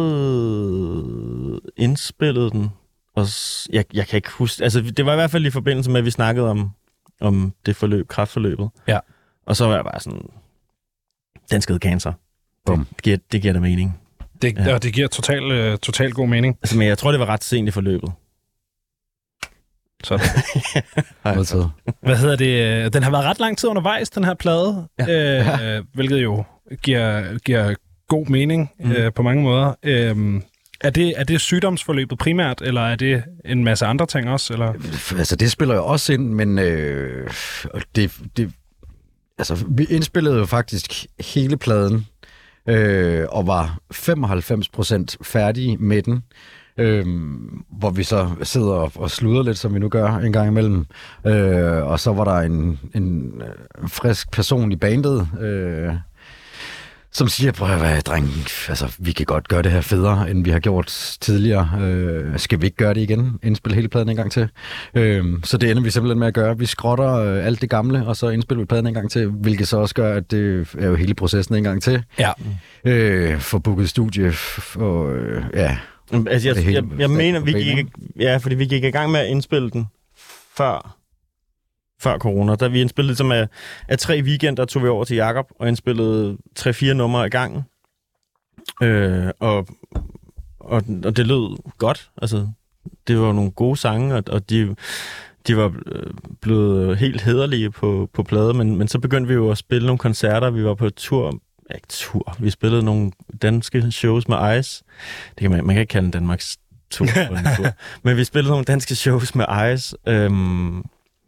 indspillet den. Og jeg, jeg kan ikke huske... Altså, det var i hvert fald i forbindelse med, at vi snakkede om, om det forløb, kræftforløbet. Ja. Og så var jeg bare sådan... Den skede Cancer. Det, det, giver, det giver da mening. Det, ja. Og det giver total, uh, total god mening. Altså, men jeg tror, det var ret sent i forløbet. Sådan. Hvad hedder det? Den har været ret lang tid undervejs, den her plade, ja. øh, hvilket jo giver, giver god mening mm. øh, på mange måder. Øh, er, det, er det sygdomsforløbet primært, eller er det en masse andre ting også? Eller? Altså, det spiller jo også ind, men øh, det, det, altså, vi indspillede jo faktisk hele pladen, øh, og var femoghalvfems procent færdige med den. Øhm, hvor vi så sidder og, og sluder lidt, som vi nu gør en gang imellem. Øh, og så var der en, en frisk person i bandet, øh, som siger, prøv at være, dreng, altså, vi kan godt gøre det her federe, end vi har gjort tidligere. Øh, skal vi ikke gøre det igen? Indspille hele pladen en gang til? Øh, så det ender vi simpelthen med at gøre. Vi skrotter øh, alt det gamle, og så indspiller vi pladen en gang til, hvilket så også gør, at det er jo hele processen en gang til. Ja. Øh, for booket studie, og øh, ja... Altså, jeg, jeg, jeg, jeg mener, vi gik, ja, fordi vi gik i gang med at indspille den før, før corona. Da vi indspillede ligesom af, af tre weekender, tog vi over til Jakob og indspillede tre-fire numre i gangen. Øh, og, og, og det lød godt. Altså, det var nogle gode sange, og, og de, de var blevet helt hæderlige på, på plade, men, men så begyndte vi jo at spille nogle koncerter. Vi var på tur... Ikke tur. Vi spillede nogle danske shows med Ice. Det kan man, man kan ikke kalde en Danmarks tur på en tur. Men vi spillede nogle danske shows med Ice, øhm,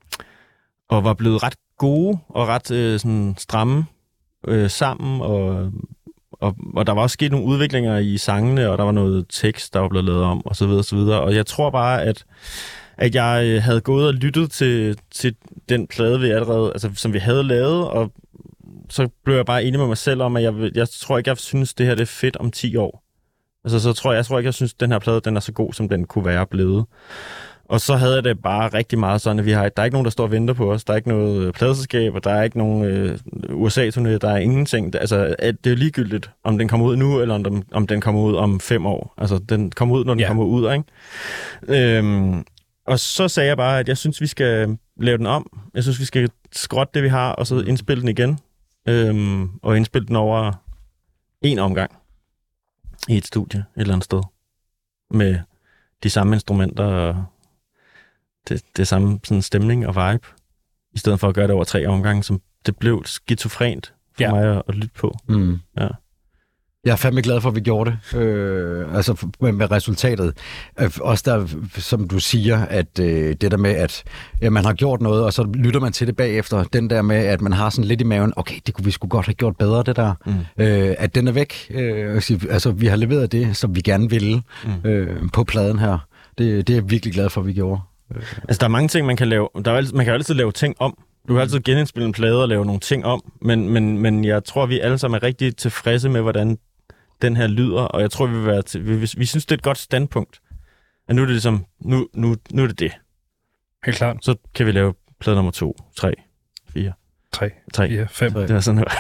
og var blevet ret gode og ret øh, sådan stramme øh, sammen, og, og, og der var også sket nogle udviklinger i sangene, og der var noget tekst, der var blevet lavet om, og så videre, og så videre. Og jeg tror bare, at at jeg havde gået og lyttet til, til den plade, vi allerede, altså, som vi havde lavet, og så blev jeg bare enig med mig selv om, at jeg, jeg tror ikke, jeg synes, det her det er fedt om ti år. Altså, så tror jeg, jeg tror ikke, jeg synes, den her plade, den er så god, som den kunne være blevet. Og så havde jeg det bare rigtig meget sådan, at vi har, der er ikke nogen, der står og venter på os. Der er ikke noget pladeselskab, og der er ikke nogen øh, U S A-turné, der er ingenting. Altså, det er jo ligegyldigt, om den kommer ud nu, eller om den, om den kommer ud om fem år. Altså, den kommer ud, når den ja. kommer ud, ikke? Øhm, og så sagde jeg bare, at jeg synes, vi skal lave den om. Jeg synes, vi skal skrotte det, vi har, og så indspille den igen. Øhm, og indspille den over en omgang i et studie et eller andet sted med de samme instrumenter og det, det samme sådan stemning og vibe, i stedet for at gøre det over tre omgange, som det blev skizofrent for ja. mig at, at lytte på. Mm. Ja. Jeg er fandme glad for, at vi gjorde det. Øh, altså med, med resultatet. Øh, også der, som du siger, at øh, det der med, at ja, man har gjort noget, og så lytter man til det bagefter. Den der med, at man har sådan lidt i maven, okay, det kunne vi sgu godt have gjort bedre, det der. Mm. Øh, at den er væk. Øh, altså, vi har leveret det, som vi gerne ville mm. øh, på pladen her. Det, det er jeg virkelig glad for, at vi gjorde. Altså, der er mange ting, man kan lave. Der er altid, man kan jo altid lave ting om. Du kan altid genindspille en plade og lave nogle ting om, men, men, men jeg tror, vi alle sammen er rigtig tilfredse med, hvordan den her lyder, og jeg tror, vi vil være til, vi, vi, vi synes, det er et godt standpunkt. Og nu er det ligesom, nu, nu, nu er det det. Helt klart. Så kan vi lave plade nummer to, tre, fire. Tre, tre. fire, fem. Det var sådan her.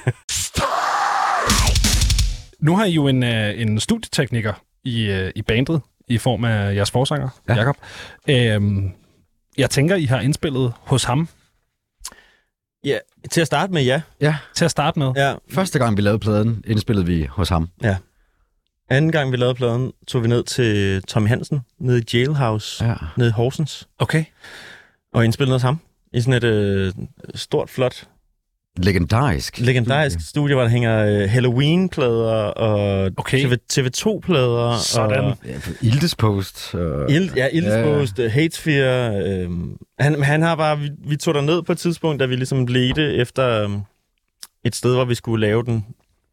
Nu har I jo en, en studietekniker i, i bandet, i form af jeres forsanger, ja. Jakob. Øhm, jeg tænker, I har indspillet hos ham. Ja, til at starte med, ja. Ja. Til at starte med. Ja. Første gang, vi lavede pladen, indspillede vi hos ham. Ja. Anden gang, vi lavede pladen, tog vi ned til Tommy Hansen, nede i Jailhouse, ja. Nede i Horsens. Okay. Og indspillede hos ham i sådan et øh, stort, flot... Legendarisk. Legendarisk studie, studie hvor der hænger øh, Halloween-plader og okay. T V to-plader. Sådan. Og, ja, Ildespost. Og... Ild, ja, Ildespost, ja, ja. Hatesphere. Øh, han, han har bare... Vi, vi tog der ned på et tidspunkt, da vi ligesom ledte efter øh, et sted, hvor vi skulle lave den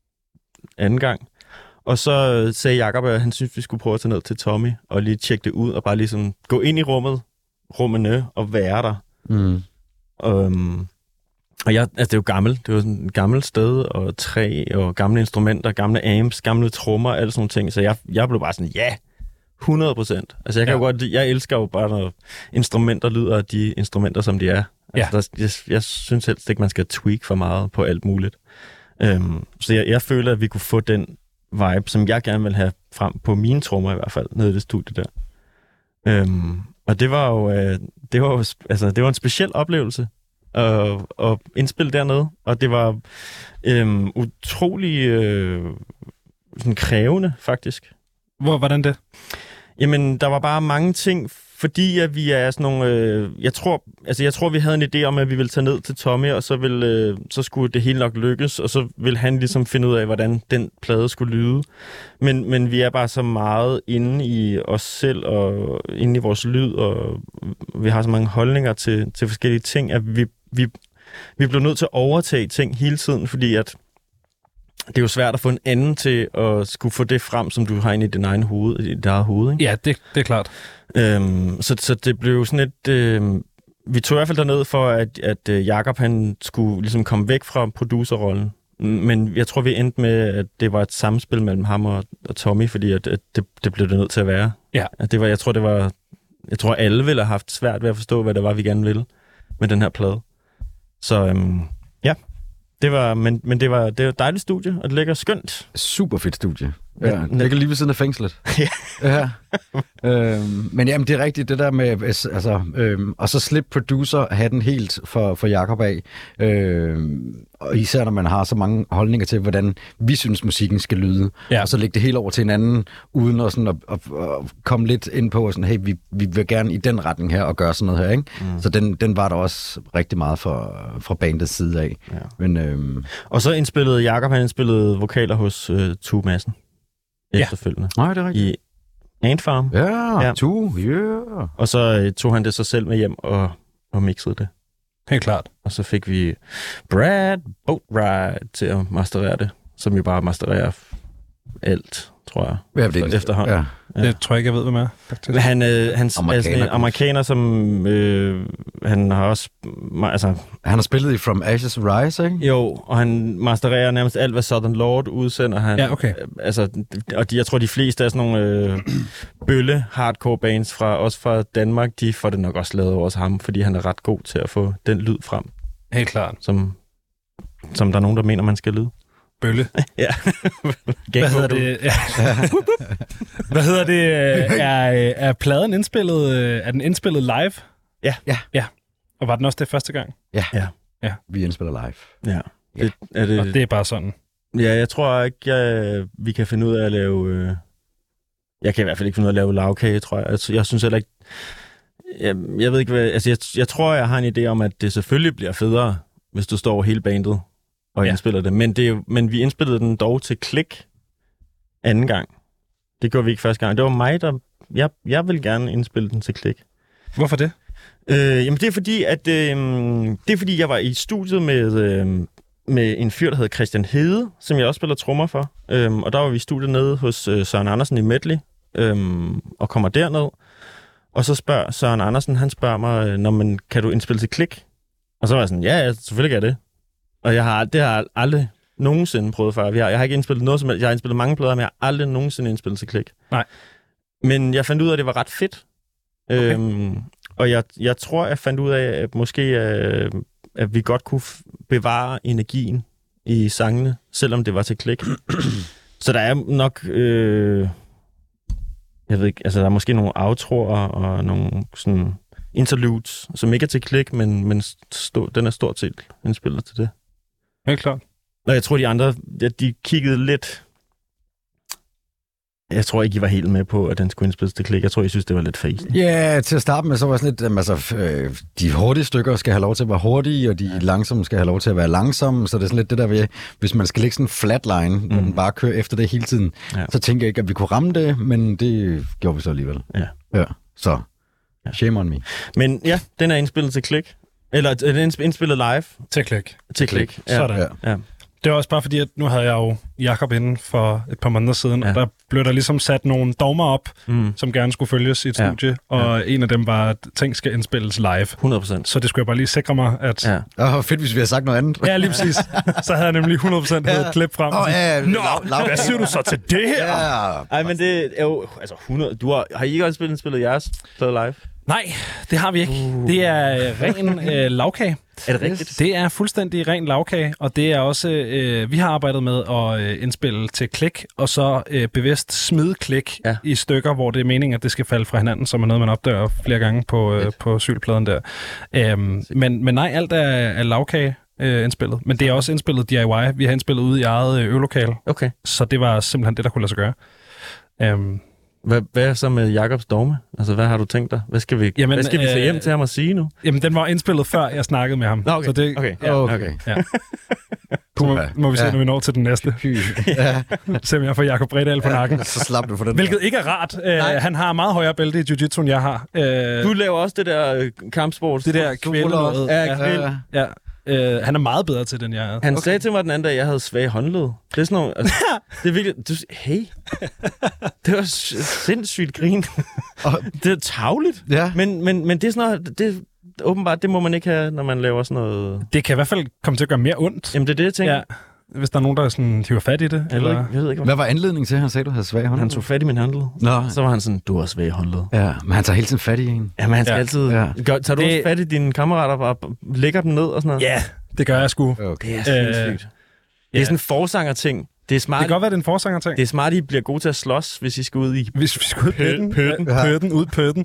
anden gang. Og så sagde Jakob, at han synes, vi skulle prøve at tage ned til Tommy og lige tjekke det ud og bare ligesom gå ind i rummet, rummene og være der. Mm. Um, og jeg, altså det er jo gammelt. Det er jo sådan et gammelt sted, og træ, og gamle instrumenter, gamle amps, gamle trommer, alle sådan nogle ting. Så jeg, jeg blev bare sådan, ja, hundrede procent. Altså jeg kan ja. jo godt, jeg elsker jo bare, når instrumenter lyder af de instrumenter, som de er. Altså, ja. der, jeg, jeg synes helst ikke, man skal tweak for meget på alt muligt. Um, så jeg, jeg føler, at vi kunne få den vibe, som jeg gerne vil have frem på mine trommer i hvert fald, nede i det studie der. Um, og det var jo, øh, det var jo, altså, det var en speciel oplevelse at, at indspille dernede, og det var øhm, utrolig øh, sådan krævende, faktisk. Hvor, hvordan det? Jamen, der var bare mange ting, fordi at vi er sådan nogle... Øh, jeg, tror, altså, jeg tror, vi havde en idé om, at vi ville tage ned til Tommy, og så, ville, øh, så skulle det hele nok lykkes, og så ville han ligesom finde ud af, hvordan den plade skulle lyde. Men, men vi er bare så meget inde i os selv, og inde i vores lyd, og vi har så mange holdninger til, til forskellige ting, at vi, vi, vi blev nødt til at overtage ting hele tiden, fordi at det er jo svært at få en anden til at skulle få det frem, som du har inde i din egen hoved, i dit eget hoved, ikke? Ja, det, det er klart. Øhm, så, så det blev sådan et... Øh, vi tog i hvert fald derned for, at, at Jakob han skulle ligesom komme væk fra producerrollen. Men jeg tror, vi endte med, at det var et samspil mellem ham og, og Tommy, fordi at, at det, det blev det nødt til at være. Ja. At det var, jeg tror, det var... Jeg tror, alle ville have haft svært ved at forstå, hvad det var, vi gerne ville med den her plade. Så øhm, ja, det var, men, men det var, det var et dejligt studie, og det ligger skønt. Super fedt studie. Ja, det ligger lige ved siden af fængslet. Ja. øhm, men jamen, det er rigtigt, det der med, altså, øhm, og så slip producer have den helt for, for Jakob af. Øhm, og især når man har så mange holdninger til, hvordan vi synes, musikken skal lyde. Ja. Og så lægge det helt over til en anden, uden at, sådan at, at, at komme lidt ind på, sådan, hey, vi, vi vil gerne i den retning her og gøre sådan noget her. Ikke? Mm. Så den, den var der også rigtig meget fra, fra bandets side af. Ja. Men, øhm, og så indspillede Jakob, han indspillede vokaler hos øh, Tue Madsen. Efterfølgende. Ja. Nej, det er rigtigt. I Ant Farm. Ja, ja. Tue, yeah. Og så øh, tog han det sig selv med hjem og, og mixede det. Helt klart. Og så fik vi Brad Boatright til at masterere det, som jo bare mastererer alt, tror jeg, ja, det efter, efterhånden. Ja. Ja. Det tror jeg ikke, jeg ved, hvad med er. Han, øh, han amerikaner, er amerikaner, som øh, han har også... Altså, han har spillet i From Ashes to Rise, ikke? Jo, og han mastererer nærmest alt, hvad Southern Lord udsender. Han, ja, okay. Altså, og de, jeg tror, de fleste er sådan nogle øh, bølle hardcore bands, fra, også fra Danmark, de får det nok også lavet over ham, fordi han er ret god til at få den lyd frem. Helt klart. Som, som der er nogen, der mener, man skal lyde. Bølle. Ja. Hvad hedder det? Ja. Hvad hedder det? Er, er pladen indspillet? Er den indspillet live? Ja. Ja. Ja. Og var den også det første gang? Ja. Ja. Ja. Vi indspiller live. Ja. Ja. Det, er det... Og det er bare sådan. Ja, jeg tror ikke, jeg, vi kan finde ud af at lave... Øh... Jeg kan i hvert fald ikke finde ud af at lave lavkage, tror jeg. Altså, jeg synes heller ikke... Jeg, jeg ved ikke, hvad... Altså, jeg, jeg tror, jeg har en idé om, at det selvfølgelig bliver federe, hvis du står over hele bandet og ja. indspiller det. Men, det er jo, men vi indspillede den dog til klik, anden gang. Det gjorde vi ikke første gang. Det var mig, der... Jeg, jeg vil gerne indspille den til Klik. Hvorfor det? Øh, jamen, det er fordi, at... Øh, det er fordi, jeg var i studiet med, øh, med en fyr, der hedder Christian Hede, som jeg også spiller trommer for. Øh, og der var vi i studiet nede hos øh, Søren Andersen i Medley, øh, og kommer derned. Og så spørger Søren Andersen, han spørger mig, når man, kan du indspille til Klik? Og så var jeg sådan, ja, ja, selvfølgelig kan jeg det. Og jeg har, det har jeg aldrig nogensinde prøvet før. Jeg har, jeg har ikke indspillet noget som helst. Jeg har indspillet mange plader, men jeg har aldrig nogensinde indspillet til Klik. Nej. Men jeg fandt ud af, at det var ret fedt. Okay. Øhm, og jeg, jeg tror, jeg fandt ud af, at måske øh, at vi godt kunne bevare energien i sangene, selvom det var til Klik. Så der er nok... Øh, jeg ved ikke, altså der er måske nogle outroer og nogle sådan interludes, som ikke er til Klik, men, men stå, den er stort set indspillet til det. Helt klart. Og jeg tror, de andre, ja, de kiggede lidt... Jeg tror ikke, I var helt med på, at den skulle indspilles til Klik. Jeg tror, I synes, det var lidt fast. Ja, yeah, til at starte med, så var sådan lidt, altså, øh, de hurtige stykker skal have lov til at være hurtige, og de langsomme skal have lov til at være langsomme, så det er sådan lidt det der ved, hvis man skal lægge sådan en flatline, mm. hvor den bare kører efter det hele tiden, ja. Så tænker jeg ikke, at vi kunne ramme det, men det gjorde vi så alligevel. Ja. Ja, så shame on me. Men ja, den er indspillet til Klik. Eller den er indspillet live. Til Klik. Til Klik. Ja. Sådan. Ja. Ja. Det var også bare fordi, at nu havde jeg jo Jakob inde for et par måneder siden, ja. Og der blev der ligesom sat nogle dogmer op, mm. som gerne skulle følges i et ja. studie, og ja. En af dem var, at ting skal indspilles live. hundrede procent. Så det skulle jeg bare lige sikre mig, at... Ja. Åh, fedt, hvis vi havde sagt noget andet. Ja, lige præcis. Så havde jeg nemlig hundrede procent ja. Et klip frem. Oh, ja, Nå, lav, hvad siger du så til det her? Ja. Ej, men det er jo... Altså, hundrede... Du har, har I ikke også spillet, spillet jeres plade live? Nej, det har vi ikke. Uh. Det er øh, ren øh, lavkage. Er det rigtigt? Det er fuldstændig ren lavkage, og det er også, øh, vi har arbejdet med at øh, indspille til Klik, og så øh, bevidst smide Klik ja. I stykker, hvor det er meningen, at det skal falde fra hinanden, som er noget, man opdør flere gange på, øh, på sylpladen der. Øhm, men, men nej, alt er, er lavkage øh, indspillet, men det er også indspillet D I Y. Vi har indspillet ude i eget øvelokale, okay. Så det var simpelthen det, der kunne lade sig gøre. Øhm, Hvad, hvad er så med Jakobs dogme? Altså, hvad har du tænkt dig? Hvad skal vi, jamen, hvad skal vi se hjem øh, til ham og sige nu? Jamen, den var indspillet før jeg snakkede med ham. Okay, så det, okay. Ja, okay. okay. Ja. Må, må vi se, ja. Når vi når til den næste. Ja. Se, om jeg får Jakob Bredal på nakken. Ja, så slap du for den. Hvilket ikke er rart. Uh, han har meget højere bælte i jiu-jitsu, end jeg har. Uh, du laver også det der uh, kampsport. Det der kvæle noget. Ja, kvæle. Ja. Uh, han er meget bedre til den, jeg er. Han okay. sagde til mig den anden dag, at jeg havde svage håndled. Det er sådan noget... Altså, det er virkelig... Du, hey! Det var sindssygt grin. Det er tarveligt. Ja. Men, men, men det er sådan noget... Det, åbenbart, det må man ikke have, når man laver sådan noget... Det kan i hvert fald komme til at gøre mere ondt. Jamen, det er det, jeg tænker. Ja. Hvis der er nogen, der sådan, hiver fat i det. Jeg, eller... ved, ikke, jeg ved ikke, hvad... hvad var anledningen til, at han sagde, at du havde svage håndled? Han tog fat i min håndled. Nå. Så var han sådan, du har svage håndled. Ja, men han tager hele tiden fat i en. Ja, men han skal ja. altid... Ja. Gør, tager du det... også fat i dine kammerater og lægger dem ned og sådan noget? Ja, det gør jeg sgu. Okay. Det er sindssygt. Øh, det er sådan en forsanger-ting. Det er smart. Det kan godt være, det er en forsanger-ting. Det er smart, at I bliver gode til at slås, hvis I skal ud i... Hvis vi skal ud i pøtten. Pøtten. Pøtten. Ud pøtten.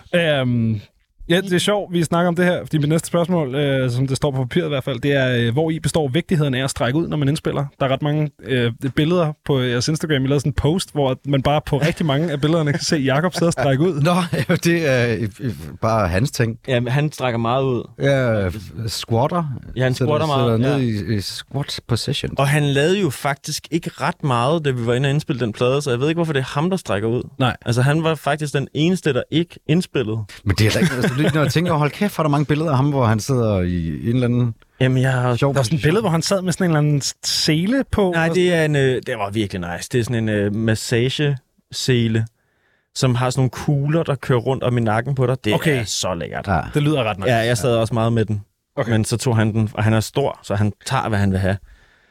um, Ja, det er sjovt, vi snakker om det her, fordi mit næste spørgsmål, øh, som det står på papiret i hvert fald, det er, øh, hvor i består vigtigheden af at strække ud, når man indspiller. Der er ret mange øh, billeder på jeres Instagram. I lavede sådan en post, hvor man bare på rigtig mange af billederne kan se Jakob sidde og strække ud. Nå, det er øh, bare hans ting. Ja, han strækker meget ud. Ja, squatter. Ja, han squatter meget. Ned ja. i, i squat position. Og han lavede jo faktisk ikke ret meget, da vi var inde og indspille den plade, så jeg ved ikke, hvorfor det er ham, der strækker ud. Nej. Altså, han var faktisk den eneste, der ikke indspillede. Men det er da ikke, altså, når jeg tænker, hold kæft, for der mange billeder af ham, hvor han sidder i en eller anden... Jamen, jeg har... Der er sådan et billede, hvor han sad med sådan en eller anden sele på. Nej, det er en... Øh, det var virkelig nice. Det er sådan en øh, massagesele, som har sådan nogle kugler, der kører rundt om i nakken på dig. Det okay. er så lækkert. Ja. Det lyder ret nice. Ja, jeg sad ja. også meget med den. Okay. Men så tog han den, og han er stor, så han tager, hvad han vil have.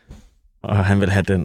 Og han vil have den.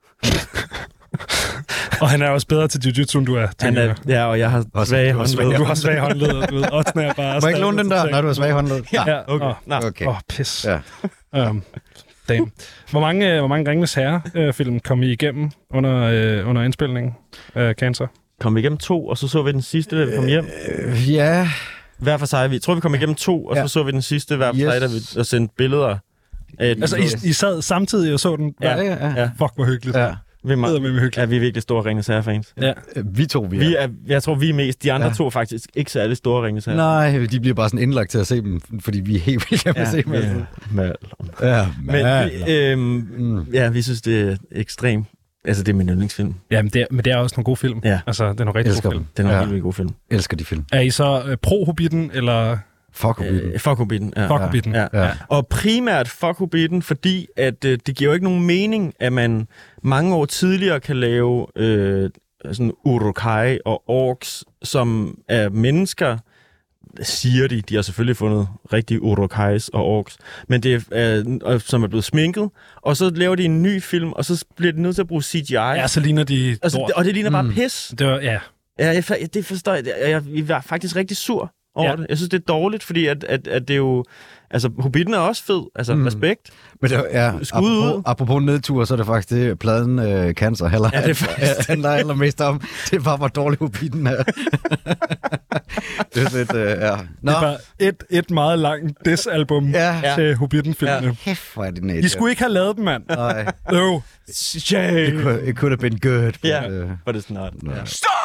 Og han er også bedre til jiu-jitsu, end du er. Han er ja, og jeg har svage håndled. Du har svage håndled, og du ved, oddsene er bare... Må jeg ikke låne den der, når du har svage håndled? Ja, okay. Åh, oh, okay. oh, pis. Ja. Um, damn. Hvor mange, hvor mange Ringenes Herre-film kom I igennem under, uh, under indspilningen af Cancer? Kom igennem to, og så så vi den sidste, da vi kom hjem. Uh, ja... Hver for sig. Jeg tror, vi kom igennem to, og ja. så så vi den sidste hver for sig, yes. da vi sendte billeder. Altså, I, I sad samtidig og så den? Ja, ja, ja. Fuck, hvor hyggeligt. Ja. Vi er, meget, med er vi virkelig store Ringenes Herre-fans? Ja. Vi to, vi er. vi er. Jeg tror, vi er mest. De andre ja. to er faktisk ikke særlig store Ringenes Herre. Nej, de bliver bare sådan indlagt til at se dem, fordi vi er helt vildt gerne vil se dem. Ja, ja, men vi, øhm, mm. ja, vi synes, det er ekstremt Altså, det er min yndlingsfilm. Ja, men det er, men det er også nogle gode film. Ja. Altså, det er nogle rigtig Elsker gode film. dem. Det er nogle Ja. helt vildt gode film. Elsker de film. Er I så øh, pro-Hobbiten, eller Fuck Hobbiten. Øh, fuck Hobbiten. Ja. fuck Hobbiten? Ja. Ja. Og primært fuck Hobbiten, fordi at, øh, det giver jo ikke nogen mening, at man mange år tidligere kan lave øh, sådan Uruk-hai og orks, som er mennesker, siger de. De har selvfølgelig fundet rigtige Uruk-hais og orks, men det er, øh, som er blevet sminket, og så laver de en ny film, og så bliver de nødt til at bruge C G I. Ja, så ligner de altså, lort. det, og det ligner bare Mm. pis. Det var, ja. Ja, jeg, fa- det forstår jeg. Jeg, jeg, jeg var faktisk rigtig sur over Ja. det. Jeg synes, det er dårligt, fordi at, at, at det er jo... Altså, Hobbiten er også fed. Altså, Mm. mm. respekt. Men det, ja, Skud ud. apropos, apropos nedtur, så er det faktisk det, pladen øh, Cancer heller, Ja, det er faktisk- handler allermest om. Det er bare, hvor dårlig Hobbiten er. det er lidt, øh, ja. Nå, Det var et, et meget langt diss-album Ja. til Hobbiten-filmene. ja. Kæft, hvor er det net. I skulle ikke have lavet dem, mand. Nej, Øv. it could, it could have been good. Ja, Øh, but it's not. Nå. Ja.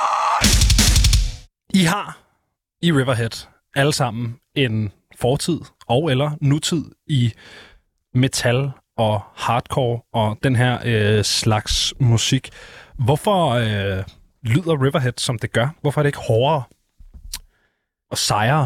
I har i Riverhead alle sammen en fortid og eller nutid i metal og hardcore og den her øh, slags musik. Hvorfor øh, lyder Riverhead, som det gør? Hvorfor er det ikke hårdere og sejere?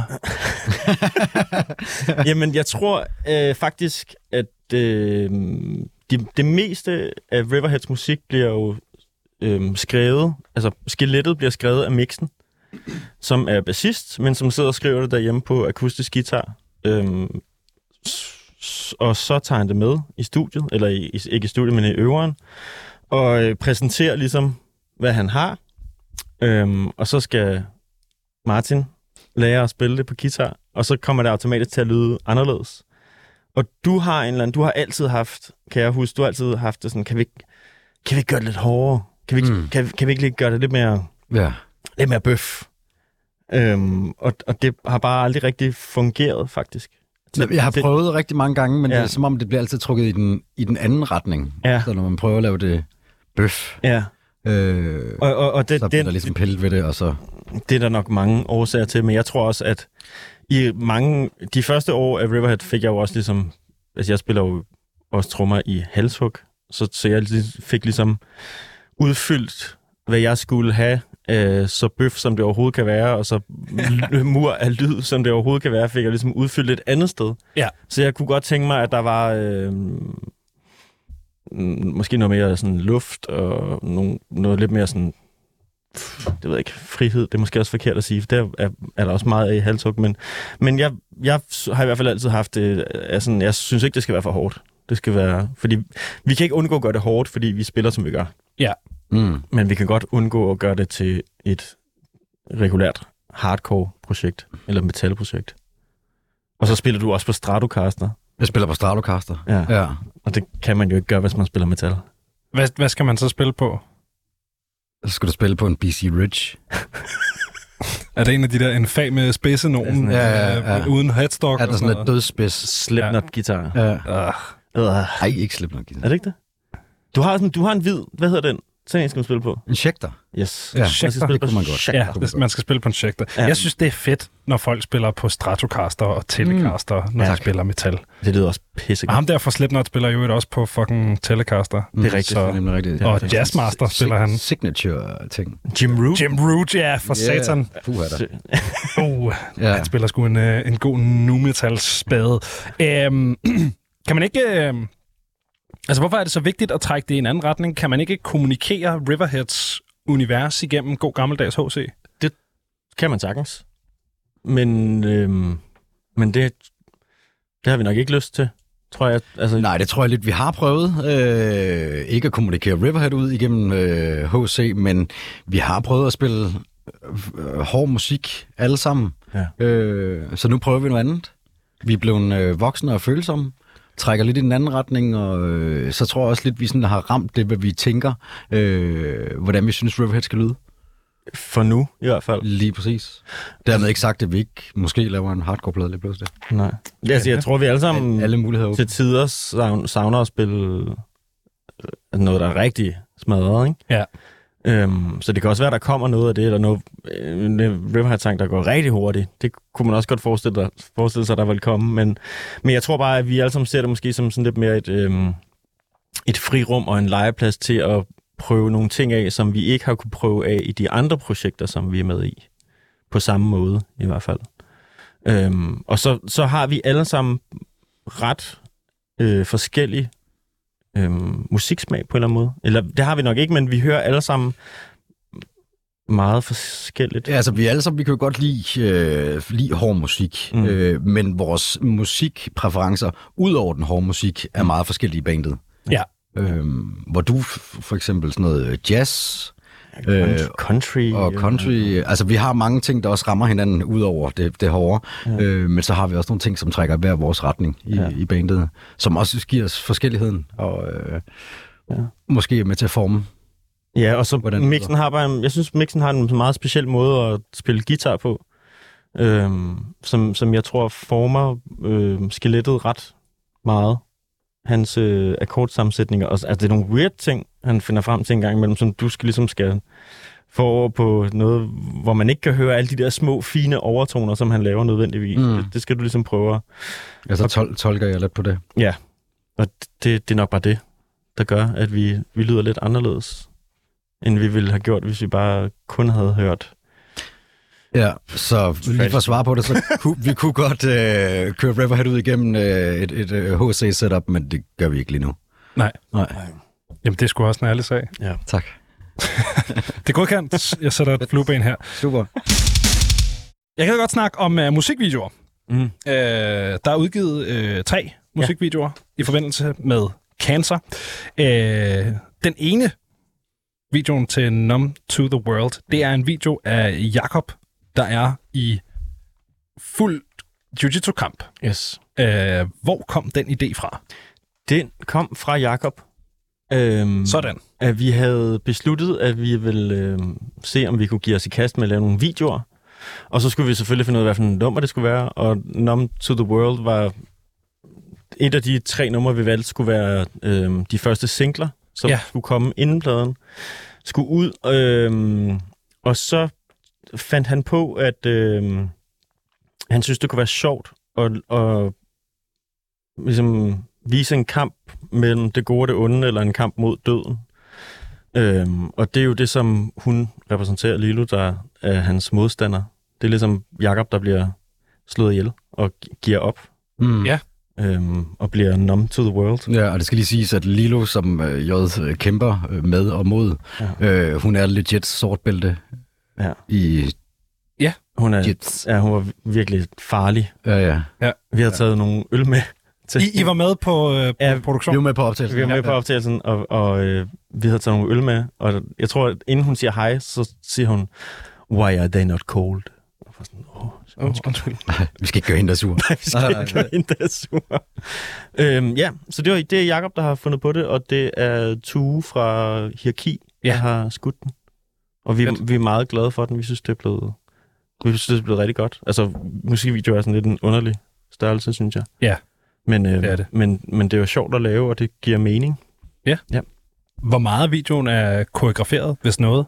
Jamen, jeg tror øh, faktisk, at øh, de, det meste af Riverheads musik bliver jo øh, skrevet, altså skelettet bliver skrevet af Mixen, som er bassist, men som sidder og skriver det derhjemme på akustisk guitar. Øh, s- og så tager han det med i studiet, eller i, i, ikke i studiet, men i øveren, og øh, præsenterer ligesom, hvad han har. Øh, og så skal Martin lære at spille det på guitar, og så kommer det automatisk til at lyde anderledes. Og du har en eller anden, du har altid haft, kan jeg huske, du har altid haft det sådan, kan vi ikke, kan vi ikke gøre det lidt hårdere? Kan vi ikke, Mm. kan, kan vi ikke lige gøre det lidt mere, Ja. lidt mere bøf? Øhm, og, og det har bare aldrig rigtig fungeret, faktisk. Jeg har det, prøvet rigtig mange gange, men Ja. det er som om, det bliver altid trukket i den, i den anden retning. Ja. Så når man prøver at lave det bøf, Ja, øh, og, og, og det, så bliver det, der ligesom pillet ved det, og så... det er der nok mange årsager til, men jeg tror også, at i mange, de første år af Riverhead fik jeg jo også ligesom, altså jeg spiller jo også trommer i halshug, så, så jeg fik ligesom udfyldt, hvad jeg skulle have, øh, så bøf som det overhovedet kan være, og så l- mur af lyd, som det overhovedet kan være, fik jeg ligesom udfyldt et andet sted. Ja. Så jeg kunne godt tænke mig, at der var øh, måske noget mere sådan luft, og nogle, noget lidt mere sådan, det ved jeg ikke, frihed, det er måske også forkert at sige, for der er, er der også meget af i halshug, men, men jeg, jeg har i hvert fald altid haft det, altså, jeg synes ikke, det skal være for hårdt. Det skal være, fordi vi kan ikke undgå at gøre det hårdt, fordi vi spiller, som vi gør. Ja. Mm. Men vi kan godt undgå at gøre det til et regulært hardcore-projekt, eller metal-projekt. Og så spiller du også på Stratocaster, Jeg spiller på Stratocaster. Ja. Ja. og det kan man jo ikke gøre, hvis man spiller metal. Hvad, hvad skal man så spille på? Så skal du spille på en B C Ridge. Er det en af de der infame spidse-nogen, Ja, ja, ja. øh, uden headstock? Er der og sådan et noget? dødsspids? Slipknot-guitar. Ja. Øh, Øh. Ej, ikke slip nok. Er det ikke det? Du har, sådan, du har en hvid, hvad hedder den? Sådan en skal man spille på. En Schecter. Yes. Ja, Man skal Schecter, spille det kunne man godt. Schecter. ja, det, man skal spille på en Schecter. Ja. Jeg synes, det er fedt, når folk spiller på Stratocaster og Telecaster, mm. når Ja. de spiller metal. Det lyder også pissegodt. Og ham der fra Slipknot spiller jo også på fucking Telecaster. Mm, Det er rigtigt. Så, det er nemlig rigtigt. Og Ja. Jazzmaster spiller han. Signature-ting. Jim Root. Jim Root, ja, for Yeah. satan. Puh, er der. Oh, Ja. han spiller sgu en, øh, en god nu-metal-spade. Øhm, kan man ikke... Øh, altså, hvorfor er det så vigtigt at trække det i en anden retning? Kan man ikke kommunikere Riverheads univers igennem god gammeldags H C? Kan man sagtens. Men, øhm, men det, det har vi nok ikke lyst til, tror jeg. Altså, Nej, det tror jeg lidt, vi har prøvet. Øh, ikke at kommunikere Riverhead ud igennem øh, H C, men vi har prøvet at spille øh, hård musik alle sammen. Ja. Øh, så nu prøver vi noget andet. Vi er blevet øh, voksne og følsomme, trækker lidt i den anden retning, og øh, så tror jeg også lidt, vi sådan har ramt det, hvad vi tænker, øh, hvordan vi synes, Riverhead skal lyde. For nu, i hvert fald. Lige præcis. Dermed ikke sagt, at vi ikke måske laver en hardcore-plade lige pludselig. Nej. Altså, jeg tror, vi alle sammen Alle, alle muligheder til tider savn- savner at spille øh, noget, der er rigtig smadret, ikke? Ja. Øhm, så det kan også være, der kommer noget af det, eller noget øh, Riverhead-sang, der går rigtig hurtigt. Det kunne man også godt forestille, dig, forestille sig, der vil komme. Men, men jeg tror bare, at vi alle sammen ser det måske som sådan lidt mere et, øhm, et frirum og en legeplads til at prøve nogle ting af, som vi ikke har kunne prøve af i de andre projekter, som vi er med i. På samme måde, i hvert fald. Øhm, og så, så har vi alle sammen ret øh, forskellige øh, musiksmag på en eller anden måde. Eller det har vi nok ikke, men vi hører alle sammen meget forskelligt. Ja, altså vi alle sammen, vi kan jo godt lide, øh, lide hård musik, mm. øh, men vores musikpræferencer, ud over den hårde musik, er meget forskellige i bandet. Ja. Øhm, hvor du f- for eksempel sådan noget jazz, Øh, country. Og country. Altså, vi har mange ting, der også rammer hinanden ud over det, det hårde. Ja. Øh, men så har vi også nogle ting, som trækker hver vores retning i, ja. i bandet, som også giver os forskelligheden, og øh, ja. måske er med til at forme. Ja, og så mixen har bare en, jeg synes, mixen har en meget speciel måde at spille guitar på, øh, som, som jeg tror former øh, skelettet ret meget. Hans øh, akkordsammensætninger. Altså, det er nogle weird ting, han finder frem til en gang imellem, som du skal, ligesom skal få over på noget, hvor man ikke kan høre alle de der små, fine overtoner, som han laver nødvendigvis. Mm. Det, det skal du ligesom prøve. Ja, så tol- tolker jeg lidt på det. Ja, og det, det er nok bare det, der gør, at vi, vi lyder lidt anderledes, end vi ville have gjort, hvis vi bare kun havde hørt. Ja, så lige for at svare på det, så kunne, vi kunne godt øh, køre Rapperhead ud igennem øh, et, et, et H C-setup, men det gør vi ikke lige nu. Nej. Nej. Jamen, det skulle også en ærlig sag. Ja. Tak. Det er godkendt. Jeg sætter et flueben her. Super. Jeg kan godt snakke om uh, musikvideoer. Mm. Uh, der er udgivet uh, tre musikvideoer ja. i forbindelse med Cancer. Uh, den ene videoen til Numb to the World, det er en video af Jakob, der er i fuld jiu-jitsu-kamp. Yes. Uh, hvor kom den idé fra? Den kom fra Jakob. Øhm, Sådan. At vi havde besluttet, at vi ville øh, se, om vi kunne give os i kast med at lave nogle videoer. Og så skulle vi selvfølgelig finde ud af, hvad for en nummer det skulle være. Og Numb to the World var et af de tre numre, vi valgte, skulle være øh, de første singler, som ja. skulle komme inden pladen. Skulle ud. Øh, og så fandt han på, at øh, han synes, det kunne være sjovt at, at ligesom vise en kamp mellem det gode og det onde, eller en kamp mod døden. Øhm, og det er jo det, som hun repræsenterer, Lilo, der er hans modstander. Det er ligesom Jakob, der bliver slået ihjel og giver op. Mm. Ja. Øhm, og bliver numb to the world. Ja, og det skal lige siges, at Lilo, som øh, J kæmper øh, med og mod, ja. øh, hun er legit sortbælte ja. i ja. Hun er, ja, hun var virkelig farlig. Ja, ja. ja. Vi har taget ja. nogle øl med. I, I var med på, øh, på ja, produktion? Vi var med på optagelsen. Vi var med ja, på optagelsen, og, og øh, vi havde taget nogle øl med. Og jeg tror, at inden hun siger hej, så siger hun, why are they not cold? Og jeg sådan, åh, oh, undskyld. Vi skal ikke gøre hende, der er sur. Nej, vi skal ikke gøre hende, der er sur. øhm, ja, så det, var, det er Jakob, der har fundet på det, og det er Tue fra Hierarki, ja. der har skudt den. Og vi, vi er meget glade for den. Vi synes, det er blevet, vi synes, det er blevet rigtig godt. Altså, musikvideo er sådan lidt en underlig størrelse, synes jeg. Ja. Men, øh, det er det. Men, men det er jo sjovt at lave, og det giver mening. Ja. ja. Hvor meget af videoen er koreograferet, hvis noget?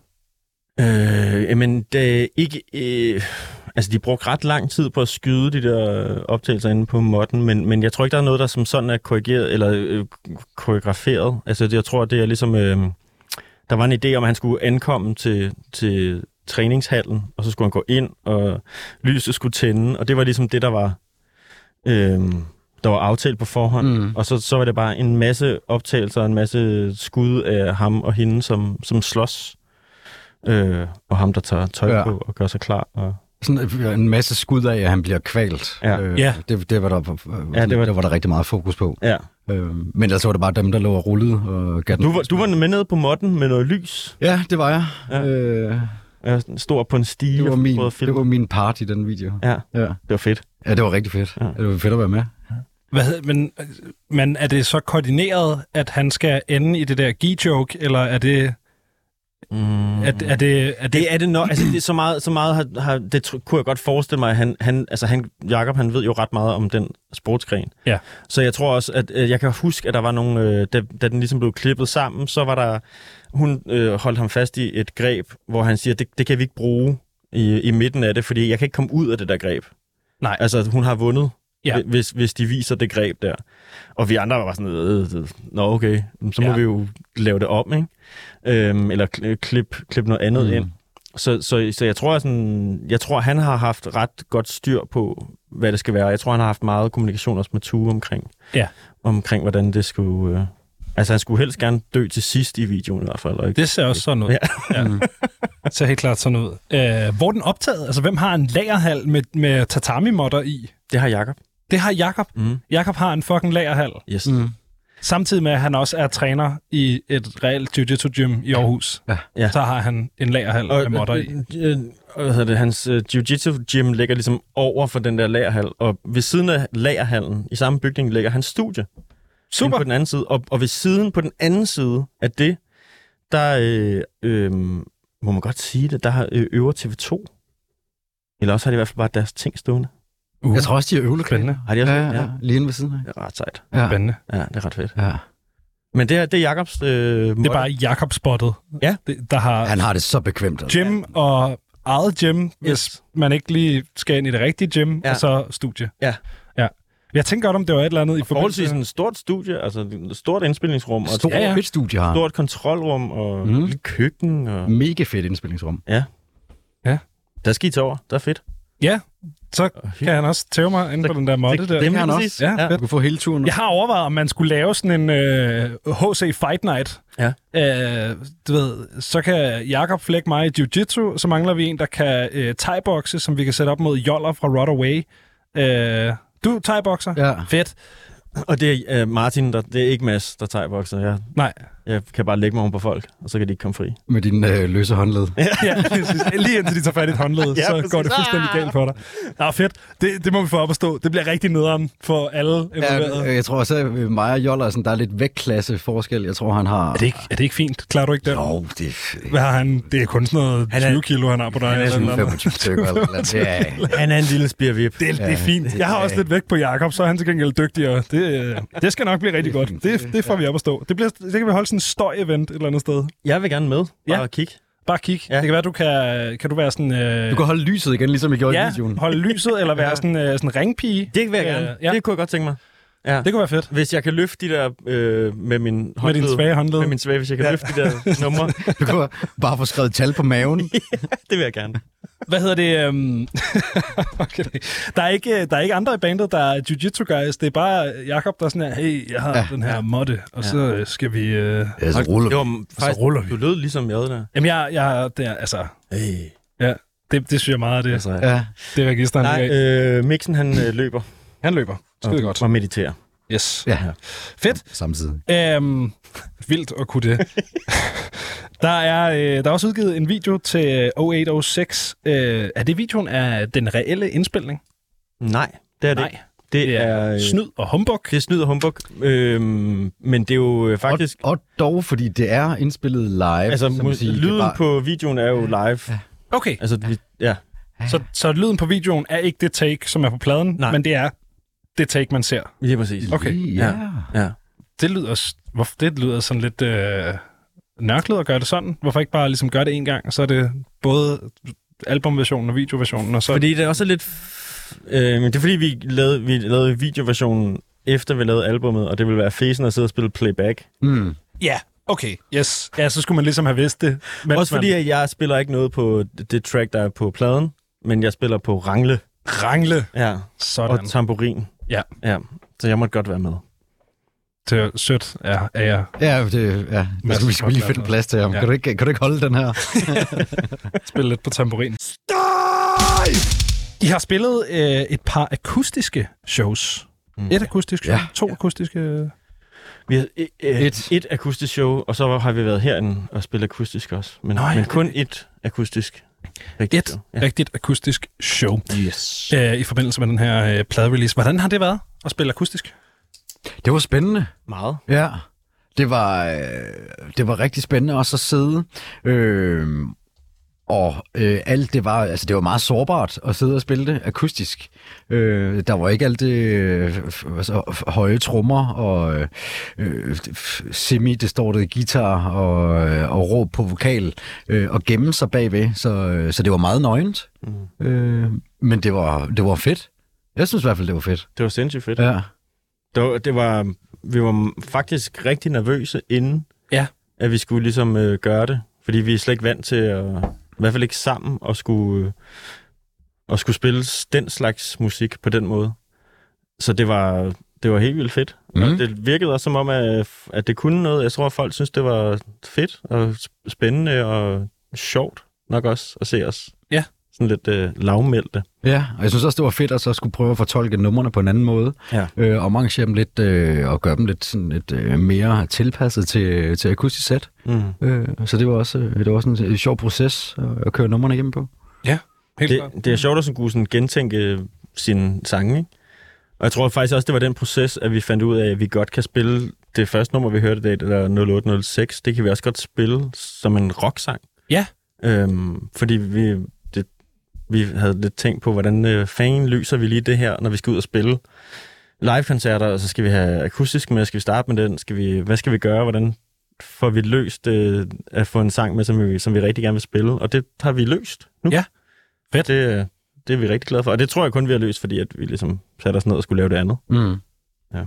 Øh, men det er ikke... Øh, altså, de brugte ret lang tid på at skyde de der optagelser inde på modden, men, men jeg tror ikke, der er noget, der som sådan er korrigeret eller øh, koreograferet. Altså, det, jeg tror, det er ligesom... Øh, der var en idé om, at han skulle ankomme til, til træningshallen, og så skulle han gå ind, og lyset skulle tænde, og det var ligesom det, der var... Øh, der var aftalt på forhånd, mm. og så, så var det bare en masse optagelser, en masse skud af ham og hende, som, som slås, øh, og ham, der tager tøj ja. på og gør sig klar. Og... Sådan en masse skud af, at han bliver kvalt. Ja. Øh, ja. Det, det, var der, ja, det var... der var der rigtig meget fokus på. Ja. Øh, men ellers var det bare dem, der lå og rullede. Og du, var, du var med ned på modden med noget lys? Ja, det var jeg. Ja. Øh... Jeg stod på en stige. Det var min, det var min part i den video. Ja. ja, det var fedt. Ja, det var rigtig fedt. Ja. Det var fedt at være med. Hvad, men, men er det så koordineret, at han skal ende i det der gi-joke, eller er det... Mm. Er, er det, er det, det er det nok. Altså, det er så meget, så meget har, har, det kunne jeg godt forestille mig. Han, han, altså, han, Jakob, han ved jo ret meget om den sportsgren. Ja. Så jeg tror også, at øh, jeg kan huske, at der var nogle, øh, da, da den ligesom blev klippet sammen, så var der, hun øh, holdt ham fast i et greb, hvor han siger, det, det kan vi ikke bruge i, i midten af det, fordi jeg kan ikke komme ud af det der greb. Nej. Altså, hun har vundet. Ja. hvis, hvis de viser det greb der. Og vi andre var bare sådan, øh, øh, nå okay, så må ja. vi jo lave det om, ikke? Øhm, eller klippe klip noget andet mm. ind. Så, så, så jeg tror, sådan, jeg tror, han har haft ret godt styr på, hvad det skal være. Jeg tror, han har haft meget kommunikation også med Tue omkring, ja. omkring hvordan det skulle... Øh, altså, han skulle helst gerne dø til sidst i videoen i hvert fald. Ikke? Det ser også sådan ud. Ja. Ja. Det ser helt klart sådan ud. Øh, hvor er den optaget? Altså, hvem har en lagerhal med, med tatami-modder i? Det har Jakob. Det har Jakob. Mm. Jakob har en fucking lagerhal. Yes. Mm. Samtidig med, at han også er træner i et reelt jiu-jitsu gym i Aarhus, ja. Ja. Så har han en lagerhal med modder i. Hvad hedder det? Hans uh, jiu-jitsu gym ligger ligesom over for den der lagerhal, og ved siden af lagerhallen, i samme bygning, ligger hans studie. Super. På den anden side, og, og ved siden, på den anden side af det, der øh, øh, må man godt sige det, der har øver T V to. Eller også har de i hvert fald bare deres ting stående. Uh. Jeg tror også, de er øvelokaler. Har de også? Ja, ja, ja. Lige inde ved siden af. Det er ret sejt. Ja. Spændende. Ja, det er ret fedt. Ja. Men det er, det er Jakobs... Øh, det er bare Jakob-spottet. Ja. Det, der har Han har det så bekvemt. Altså. Gym og eget gym, yes. Hvis man ikke lige skal ind i det rigtige gym, ja. Og så studie. Ja. Ja. Jeg tænker godt, om det var et eller andet i forbindelse med... sådan et stort studie, altså et stort indspilningsrum. Og stort ja, ja. fedt studie har. Stort kontrolrum og mm. lille køkken. Og... Mega fedt indspilningsrum. Ja. Ja. Der skal I tage over. Der er fedt. Ja. Så kan han også tæve mig inden på den der modde der. Det kan han også. Ja, ja. Du kan få hele turen. Jeg har overvejet, om man skulle lave sådan en øh, H C Fight Night. Ja. Øh, du ved, så kan Jakob flække mig i jiu-jitsu, så mangler vi en, der kan øh, thai-bokse, som vi kan sætte op mod Joller fra Rot Away. Øh, du thai-bokser? Ja. Fedt. Og det er uh, Martin, der, det er ikke Mads, der thai-bokser. Jeg, Nej. Jeg kan bare lægge mig om på folk, og så kan de ikke komme fri. Med din øh, løse håndled. Ja, lige indtil de tager fat i et håndled, ja, så præcis. Går det fuldstændig galt for dig. Nå, fedt. Det, det må vi få op at stå. Det bliver rigtig nederen for alle involverede. Ja, jeg tror også, at mig og Joller, sådan, der er lidt vægtklasse forskel. Jeg tror, han har... Er det ikke, er det ikke fint? Klarer du ikke det? Jo, det... Hvad har han? Det er kun sådan noget han er, tyve kilo, han har på dig. Han er sådan femogtyve stykker. Eller han er en lille spirvip. Det, det er fint. Jeg har også lidt vægt på Jakob, så er han til gengæld dygtigere. Det, det skal nok blive rigtig godt. Det, det får vi op at stå. Det, bliver, det kan vi holde sådan en støj-event et eller andet sted. Jeg vil gerne med. Bare ja. kigge. Bare kig. Ja. Det kan være, du kan, kan du være sådan... Øh... Du kan holde lyset igen, ligesom jeg gjorde ja, i videoen. holde lyset, eller være sådan, øh, sådan ringpige. Det vil jeg gerne. Øh, ja. Det kunne jeg godt tænke mig. Ja. Det kunne være fedt. Hvis jeg kan løfte de der øh, med min håndled. Med din svage håndled. Med min svage, hvis jeg kan ja. løfte de der numre. Du kan bare få skrevet tal på maven. Ja, det vil jeg gerne. Hvad hedder det? Um... okay. der, er ikke, der er ikke andre i bandet, der er jiu-jitsu guys. Det er bare Jakob, der er sådan her, hey, jeg har ja. den her ja. modde, og ja. så skal vi... Uh... Ja, så ruller vi. Det var faktisk, så ruller vi. Du lød ligesom jeg der. Jamen, jeg, jeg det er, altså... Hey. Ja, det, det synes jeg meget af det. Altså, ja. Det er registeren. Nej, øh, Mixen, han øh, løber. Han løber. Skide godt. Og mediterer. Yes. Ja. Fedt. Samtidig. Um, vildt at kunne det. der, er, øh, der er også udgivet en video til oh eight oh six. Øh, er det videoen af den reelle indspilning? Nej, det er det Nej. ikke. Det, det er, er snyd og humbug. Det er snyd og humbug. Øhm, men det er jo faktisk... Og, og dog, fordi det er indspillet live. Altså, må, sige, lyden bare... på videoen er jo live. Ja. Okay. Altså, vi, ja. Så, så lyden på videoen er ikke det take, som er på pladen, Nej. men det er det take, man ser. Ja, præcis. Okay. Ja. ja. Det lyder, hvorfor, det lyder sådan lidt øh, nørklet at gøre det sådan. Hvorfor ikke bare ligesom gøre det en gang, og så er det både albumversionen og videoversionen. Og så... Fordi det er også lidt... Øh, det er fordi, vi lavede, vi lavede videoversionen efter vi lavede albummet, og det ville være fesen at sidde og spille playback. Mm. Ja, okay. Yes. Ja, så skulle man ligesom have vidst det. Også fordi, at jeg spiller ikke noget på det track, der er på pladen, men jeg spiller på rangle. Rangle? Ja. Sådan. Og tamburin. Ja. Ja. Så jeg måtte godt være med. Det er sødt ja, af jer. Ja, det, ja. Vi skal lige finde plads til ham. Ja. Kan, du ikke, kan du ikke holde den her? Spille lidt på tamburin. Støj! I har spillet øh, et par akustiske shows. Mm. Et akustisk show, ja. to akustiske... Vi har et, et. et akustisk show, og så har vi været herinde og spille akustisk også. Men, Nå, ja, men kun et akustisk. Rigtigt et ja. rigtigt akustisk show. Yes. Øh, I forbindelse med den her øh, pladerelease. Hvordan har det været at spille akustisk? Det var spændende. Meget. Ja. Det var, øh, det var rigtig spændende også at sidde. Øh, og øh, alt det var, altså det var meget sårbart at sidde og spille det akustisk. Øh, der var ikke alt det øh, altså, høje trommer og øh, semi-distorted guitar og, og råb på vokal øh, og gemme sig bagved, så, så det var meget nøgent. Mm. Øh, men det var, det var fedt. Jeg synes i hvert fald, det var fedt. Det var sindssygt fedt. Ja. Det var, det var, vi var faktisk rigtig nervøse inden, ja. at vi skulle ligesom øh, gøre det. Fordi vi er slet ikke vant til at, i hvert fald ikke sammen, at skulle, øh, at skulle spille den slags musik på den måde. Så det var, det var helt vildt fedt. Mm. Og det virkede også som om, at, at det kunne noget. Jeg tror, at folk synes, det var fedt og spændende og sjovt nok også at se os. Ja. Sådan lidt øh, lavmældte. Ja, og jeg synes også, det var fedt at så skulle prøve at fortolke numrene på en anden måde. Ja. Øh, og arrangere dem lidt øh, og gøre dem lidt, sådan lidt øh, mere tilpasset til, til akustisk sæt. Mm. Øh, så det var også øh, det var sådan en sjov proces at, at køre numrene igennem på. Ja, helt det, klart. Det er sjovt at sådan kunne sådan gentænke sine sange, ikke? Og jeg tror faktisk også, det var den proces, at vi fandt ud af, at vi godt kan spille det første nummer, vi hørte i dag, det der nul otte nul seks. Det kan vi også godt spille som en rocksang. Ja. Øhm, fordi vi, det, vi havde lidt tænkt på, hvordan øh, fanden løser vi lige det her, når vi skal ud og spille live-koncerter, og så skal vi have akustisk med, skal vi starte med den, skal vi, hvad skal vi gøre, hvordan får vi løst øh, at få en sang med, som vi, som vi rigtig gerne vil spille, og det har vi løst nu. Ja, fedt. Det, det er vi rigtig glade for, og det tror jeg kun, vi har løst, fordi at vi ligesom satte os ned og skulle lave det andet. Mm. Ja.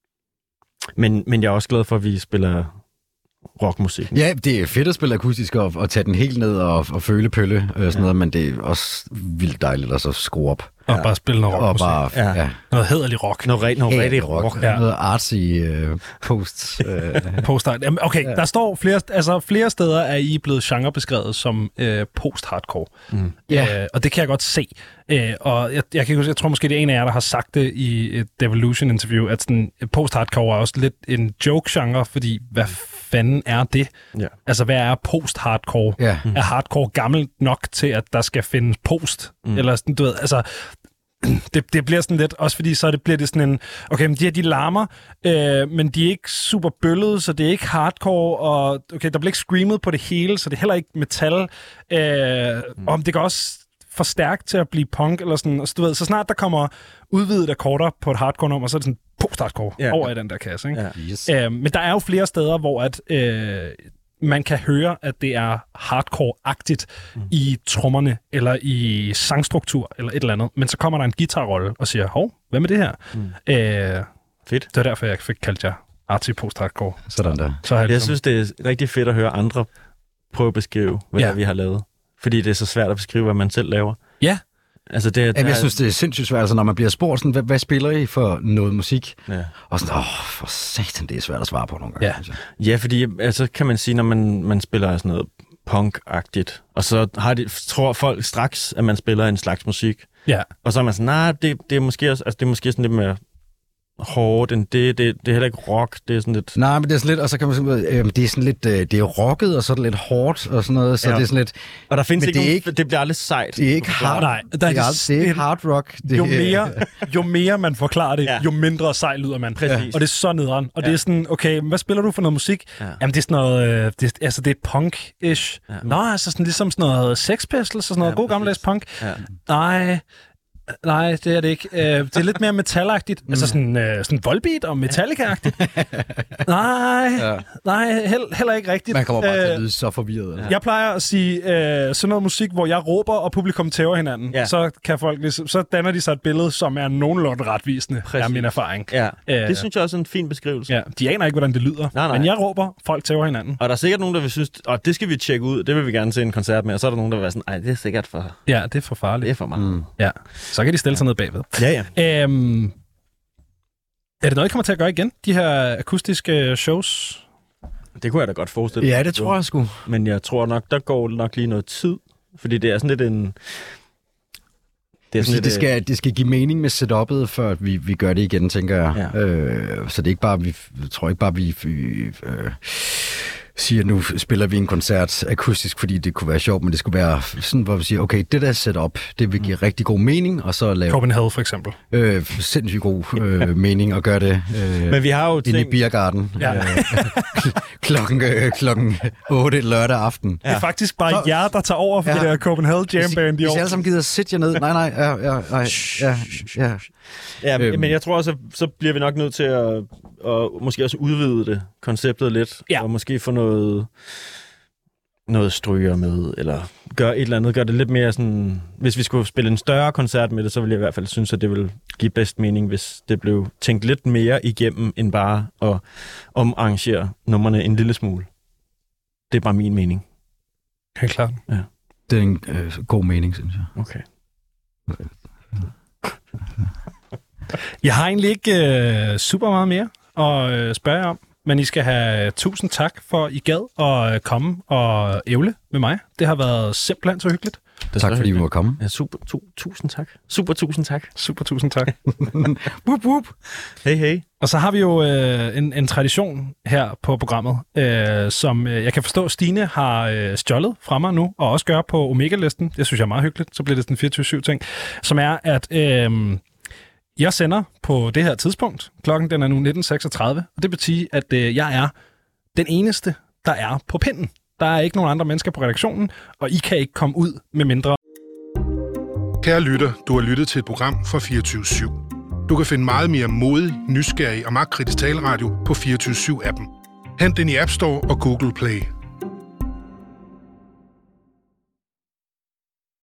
Men, men jeg er også glad for, at vi spiller rockmusik. Ja, det er fedt at spille akustisk og, og tage den helt ned og, og føle pølle og sådan ja. noget, men det er også vildt dejligt at så skrue op. Og ja. bare spille noget rockmusik. Og bare, ja. Ja. Noget hæderlig rock. Noget, re- noget rigtig rock. rock. Ja. Noget artsy uh, post. Uh. Post-art. Okay, ja. Der står flere, altså flere steder, er I blevet genrebeskrevet som uh, post-hardcore. Mm. Ja. Uh, og det kan jeg godt se. Uh, og jeg, jeg, kan, jeg tror måske, det er en af jer, der har sagt det i et Devolution-interview, at sådan, post-hardcore er også lidt en joke-genre, fordi hvad fanden er det? Ja. Altså, hvad er post-hardcore? Ja. Er hardcore gammelt nok til, at der skal findes post? Mm. Eller sådan, du ved, altså... Det, det bliver sådan lidt, også fordi så det bliver det sådan en, okay, men de her, de larmer, øh, men de er ikke super bøllede, så det er ikke hardcore, og okay, der bliver ikke screamet på det hele, så det er heller ikke metal, øh, mm. og det går også for stærkt til at blive punk, eller sådan, og så, du ved, så snart der kommer udvidet akkorder på et hardcore-nummer, så er det sådan post-hardcore yeah. over i den der kasse, ikke? Yeah. Yes. Øh, men der er jo flere steder, hvor at... Øh, man kan høre, at det er hardcore-agtigt mm. i trommerne, eller i sangstruktur, eller et eller andet. Men så kommer der en guitarrolle og siger, hov, hvad med det her? Mm. Øh, fedt. Det var derfor, jeg fik kaldt jer artsy post-hardcore. Sådan der. Så jeg, jeg ligesom... synes, det er rigtig fedt at høre andre prøve at beskrive, hvad ja. vi har lavet. Fordi det er så svært at beskrive, hvad man selv laver. Ja. Altså det, Jamen, jeg synes, det er sindssygt svært, altså, når man bliver spurgt, sådan, hvad, hvad spiller I for noget musik? Ja. Og sådan, åh, for satan, det er svært at svare på nogle gange. Ja, ja fordi altså, kan man sige, når man, man spiller sådan noget punk-agtigt, og så har de, tror folk straks, at man spiller en slags musik. Ja. Og så er man sådan, nej, det, det, er måske også, altså, det er måske sådan lidt mere hårdt end det. det. Det er heller ikke rock, det er sådan lidt... Nej, men det er sådan lidt, og så kan man sige, øh, det er sådan lidt, øh, det er rocket, og så er det lidt hårdt, og sådan noget, så ja. det er sådan lidt... Og der findes ikke, det, nogen, ikke det bliver aldrig sejt. Det er ikke hard, nej, der er, det er, aldrig, det er ikke hard rock. Det, jo, mere, jo mere man forklarer det, ja. jo mindre sej lyder man. Præcis. Og det er så nederen. Og ja. det er sådan, okay, hvad spiller du for noget musik? Ja. Jamen, det er sådan noget, øh, det, altså det er punk-ish. Ja. Nå, altså sådan ligesom sådan noget Sex Pistols, sådan noget ja, god gammeldags punk. Ja. Nej... Nej, det er det ikke. Uh, det er lidt mere metalagtigt. Mm. Altså sådan, uh, sådan Volbeat og Metallica-agtigt. nej, ja. nej held, heller ikke rigtigt. Man kommer bare uh, til at lyde så forvirret. Altså. Jeg plejer at sige uh, sådan noget musik, hvor jeg råber, og publikum tæver hinanden. Ja. Så kan folk ligesom, så danner de sig et billede, som er nogenlunde retvisende, Præcis. er min erfaring. Ja. Uh, det synes jeg også er en fin beskrivelse. Ja. De aner ikke, hvordan det lyder. Nej, nej. Men jeg råber, folk tæver hinanden. Og der er sikkert nogen, der vil synes, og det skal vi tjekke ud, det vil vi gerne se en koncert med. Og så er der nogen, der vil være sådan, ej, det er sikkert for... Ja, det er for farligt. Det er for meget. Mm. Ja. Så kan de stille sig ned bagved. Ja, ja. Øhm, er det noget, I kommer til at gøre igen? De her akustiske shows? Det kunne jeg da godt forestille. Ja, det tror jeg sgu. Men jeg tror nok, der går nok lige noget tid. Fordi det er sådan lidt en... Det, er sådan lidt, det, skal, det skal give mening med setup'et, før vi, vi gør det igen, tænker jeg. Ja. Øh, så det er ikke bare, vi jeg tror ikke bare, vi... vi øh, siger, nu spiller vi en koncert akustisk, fordi det kunne være sjovt, men det skulle være sådan, hvor vi siger, okay, det der setup, det vil give mm. rigtig god mening, og så lave... Copenhagen for eksempel. Øh, sindssygt god øh, mening at gøre det øh, men vi har jo inde tænkt... i Biergarten ja. øh, klokken, øh, klokken otte lørdag aften. Ja. Det er faktisk bare så, jer, der tager over for ja. det der Copenhagen Jam Band i år. Hvis I alle sammen gider at sætte jer ned. Nej, nej, ja, ja, nej, ja, ja. Ja, øhm. men jeg tror også, så bliver vi nok nødt til at, at måske også udvide det, konceptet lidt, ja. og måske få noget, noget stryger med, eller gøre et eller andet, gøre det lidt mere sådan, hvis vi skulle spille en større koncert med det, så ville jeg i hvert fald synes, at det ville give bedst mening, hvis det blev tænkt lidt mere igennem, end bare at omarrangere numrene en lille smule. Det er bare min mening. Helt klart. Ja. Det er en øh, god mening, synes jeg. Okay. Jeg har egentlig ikke øh, super meget mere at øh, spørge om, men I skal have tusind tak for, at I gad at komme og ævle med mig. Det har været simpelthen så hyggeligt. Det tak, fordi vi må komme. Ja, super. Tu, tusind tak. Super tusind tak. Super tusind tak. Wup, wup. Hey, hey. Og så har vi jo øh, en, en tradition her på programmet, øh, som øh, jeg kan forstå, Stine har øh, stjålet fra mig nu, og også gør på Omega-listen. Det synes jeg er meget hyggeligt. Så bliver det sådan en fireogtyve syv ting, som er, at øh, jeg sender på det her tidspunkt. Klokken den er nu nitten seksogtredive, og det betyder, at øh, jeg er den eneste, der er på pinden. Der er ikke nogen andre mennesker på redaktionen, og I kan ikke komme ud med mindre. Kære lytter, du har lyttet til et program fra fireogtyve syv. Du kan finde meget mere modig, nysgerrig og magtkritisk taleradio på fireogtyve syv appen. Hent den i App Store og Google Play.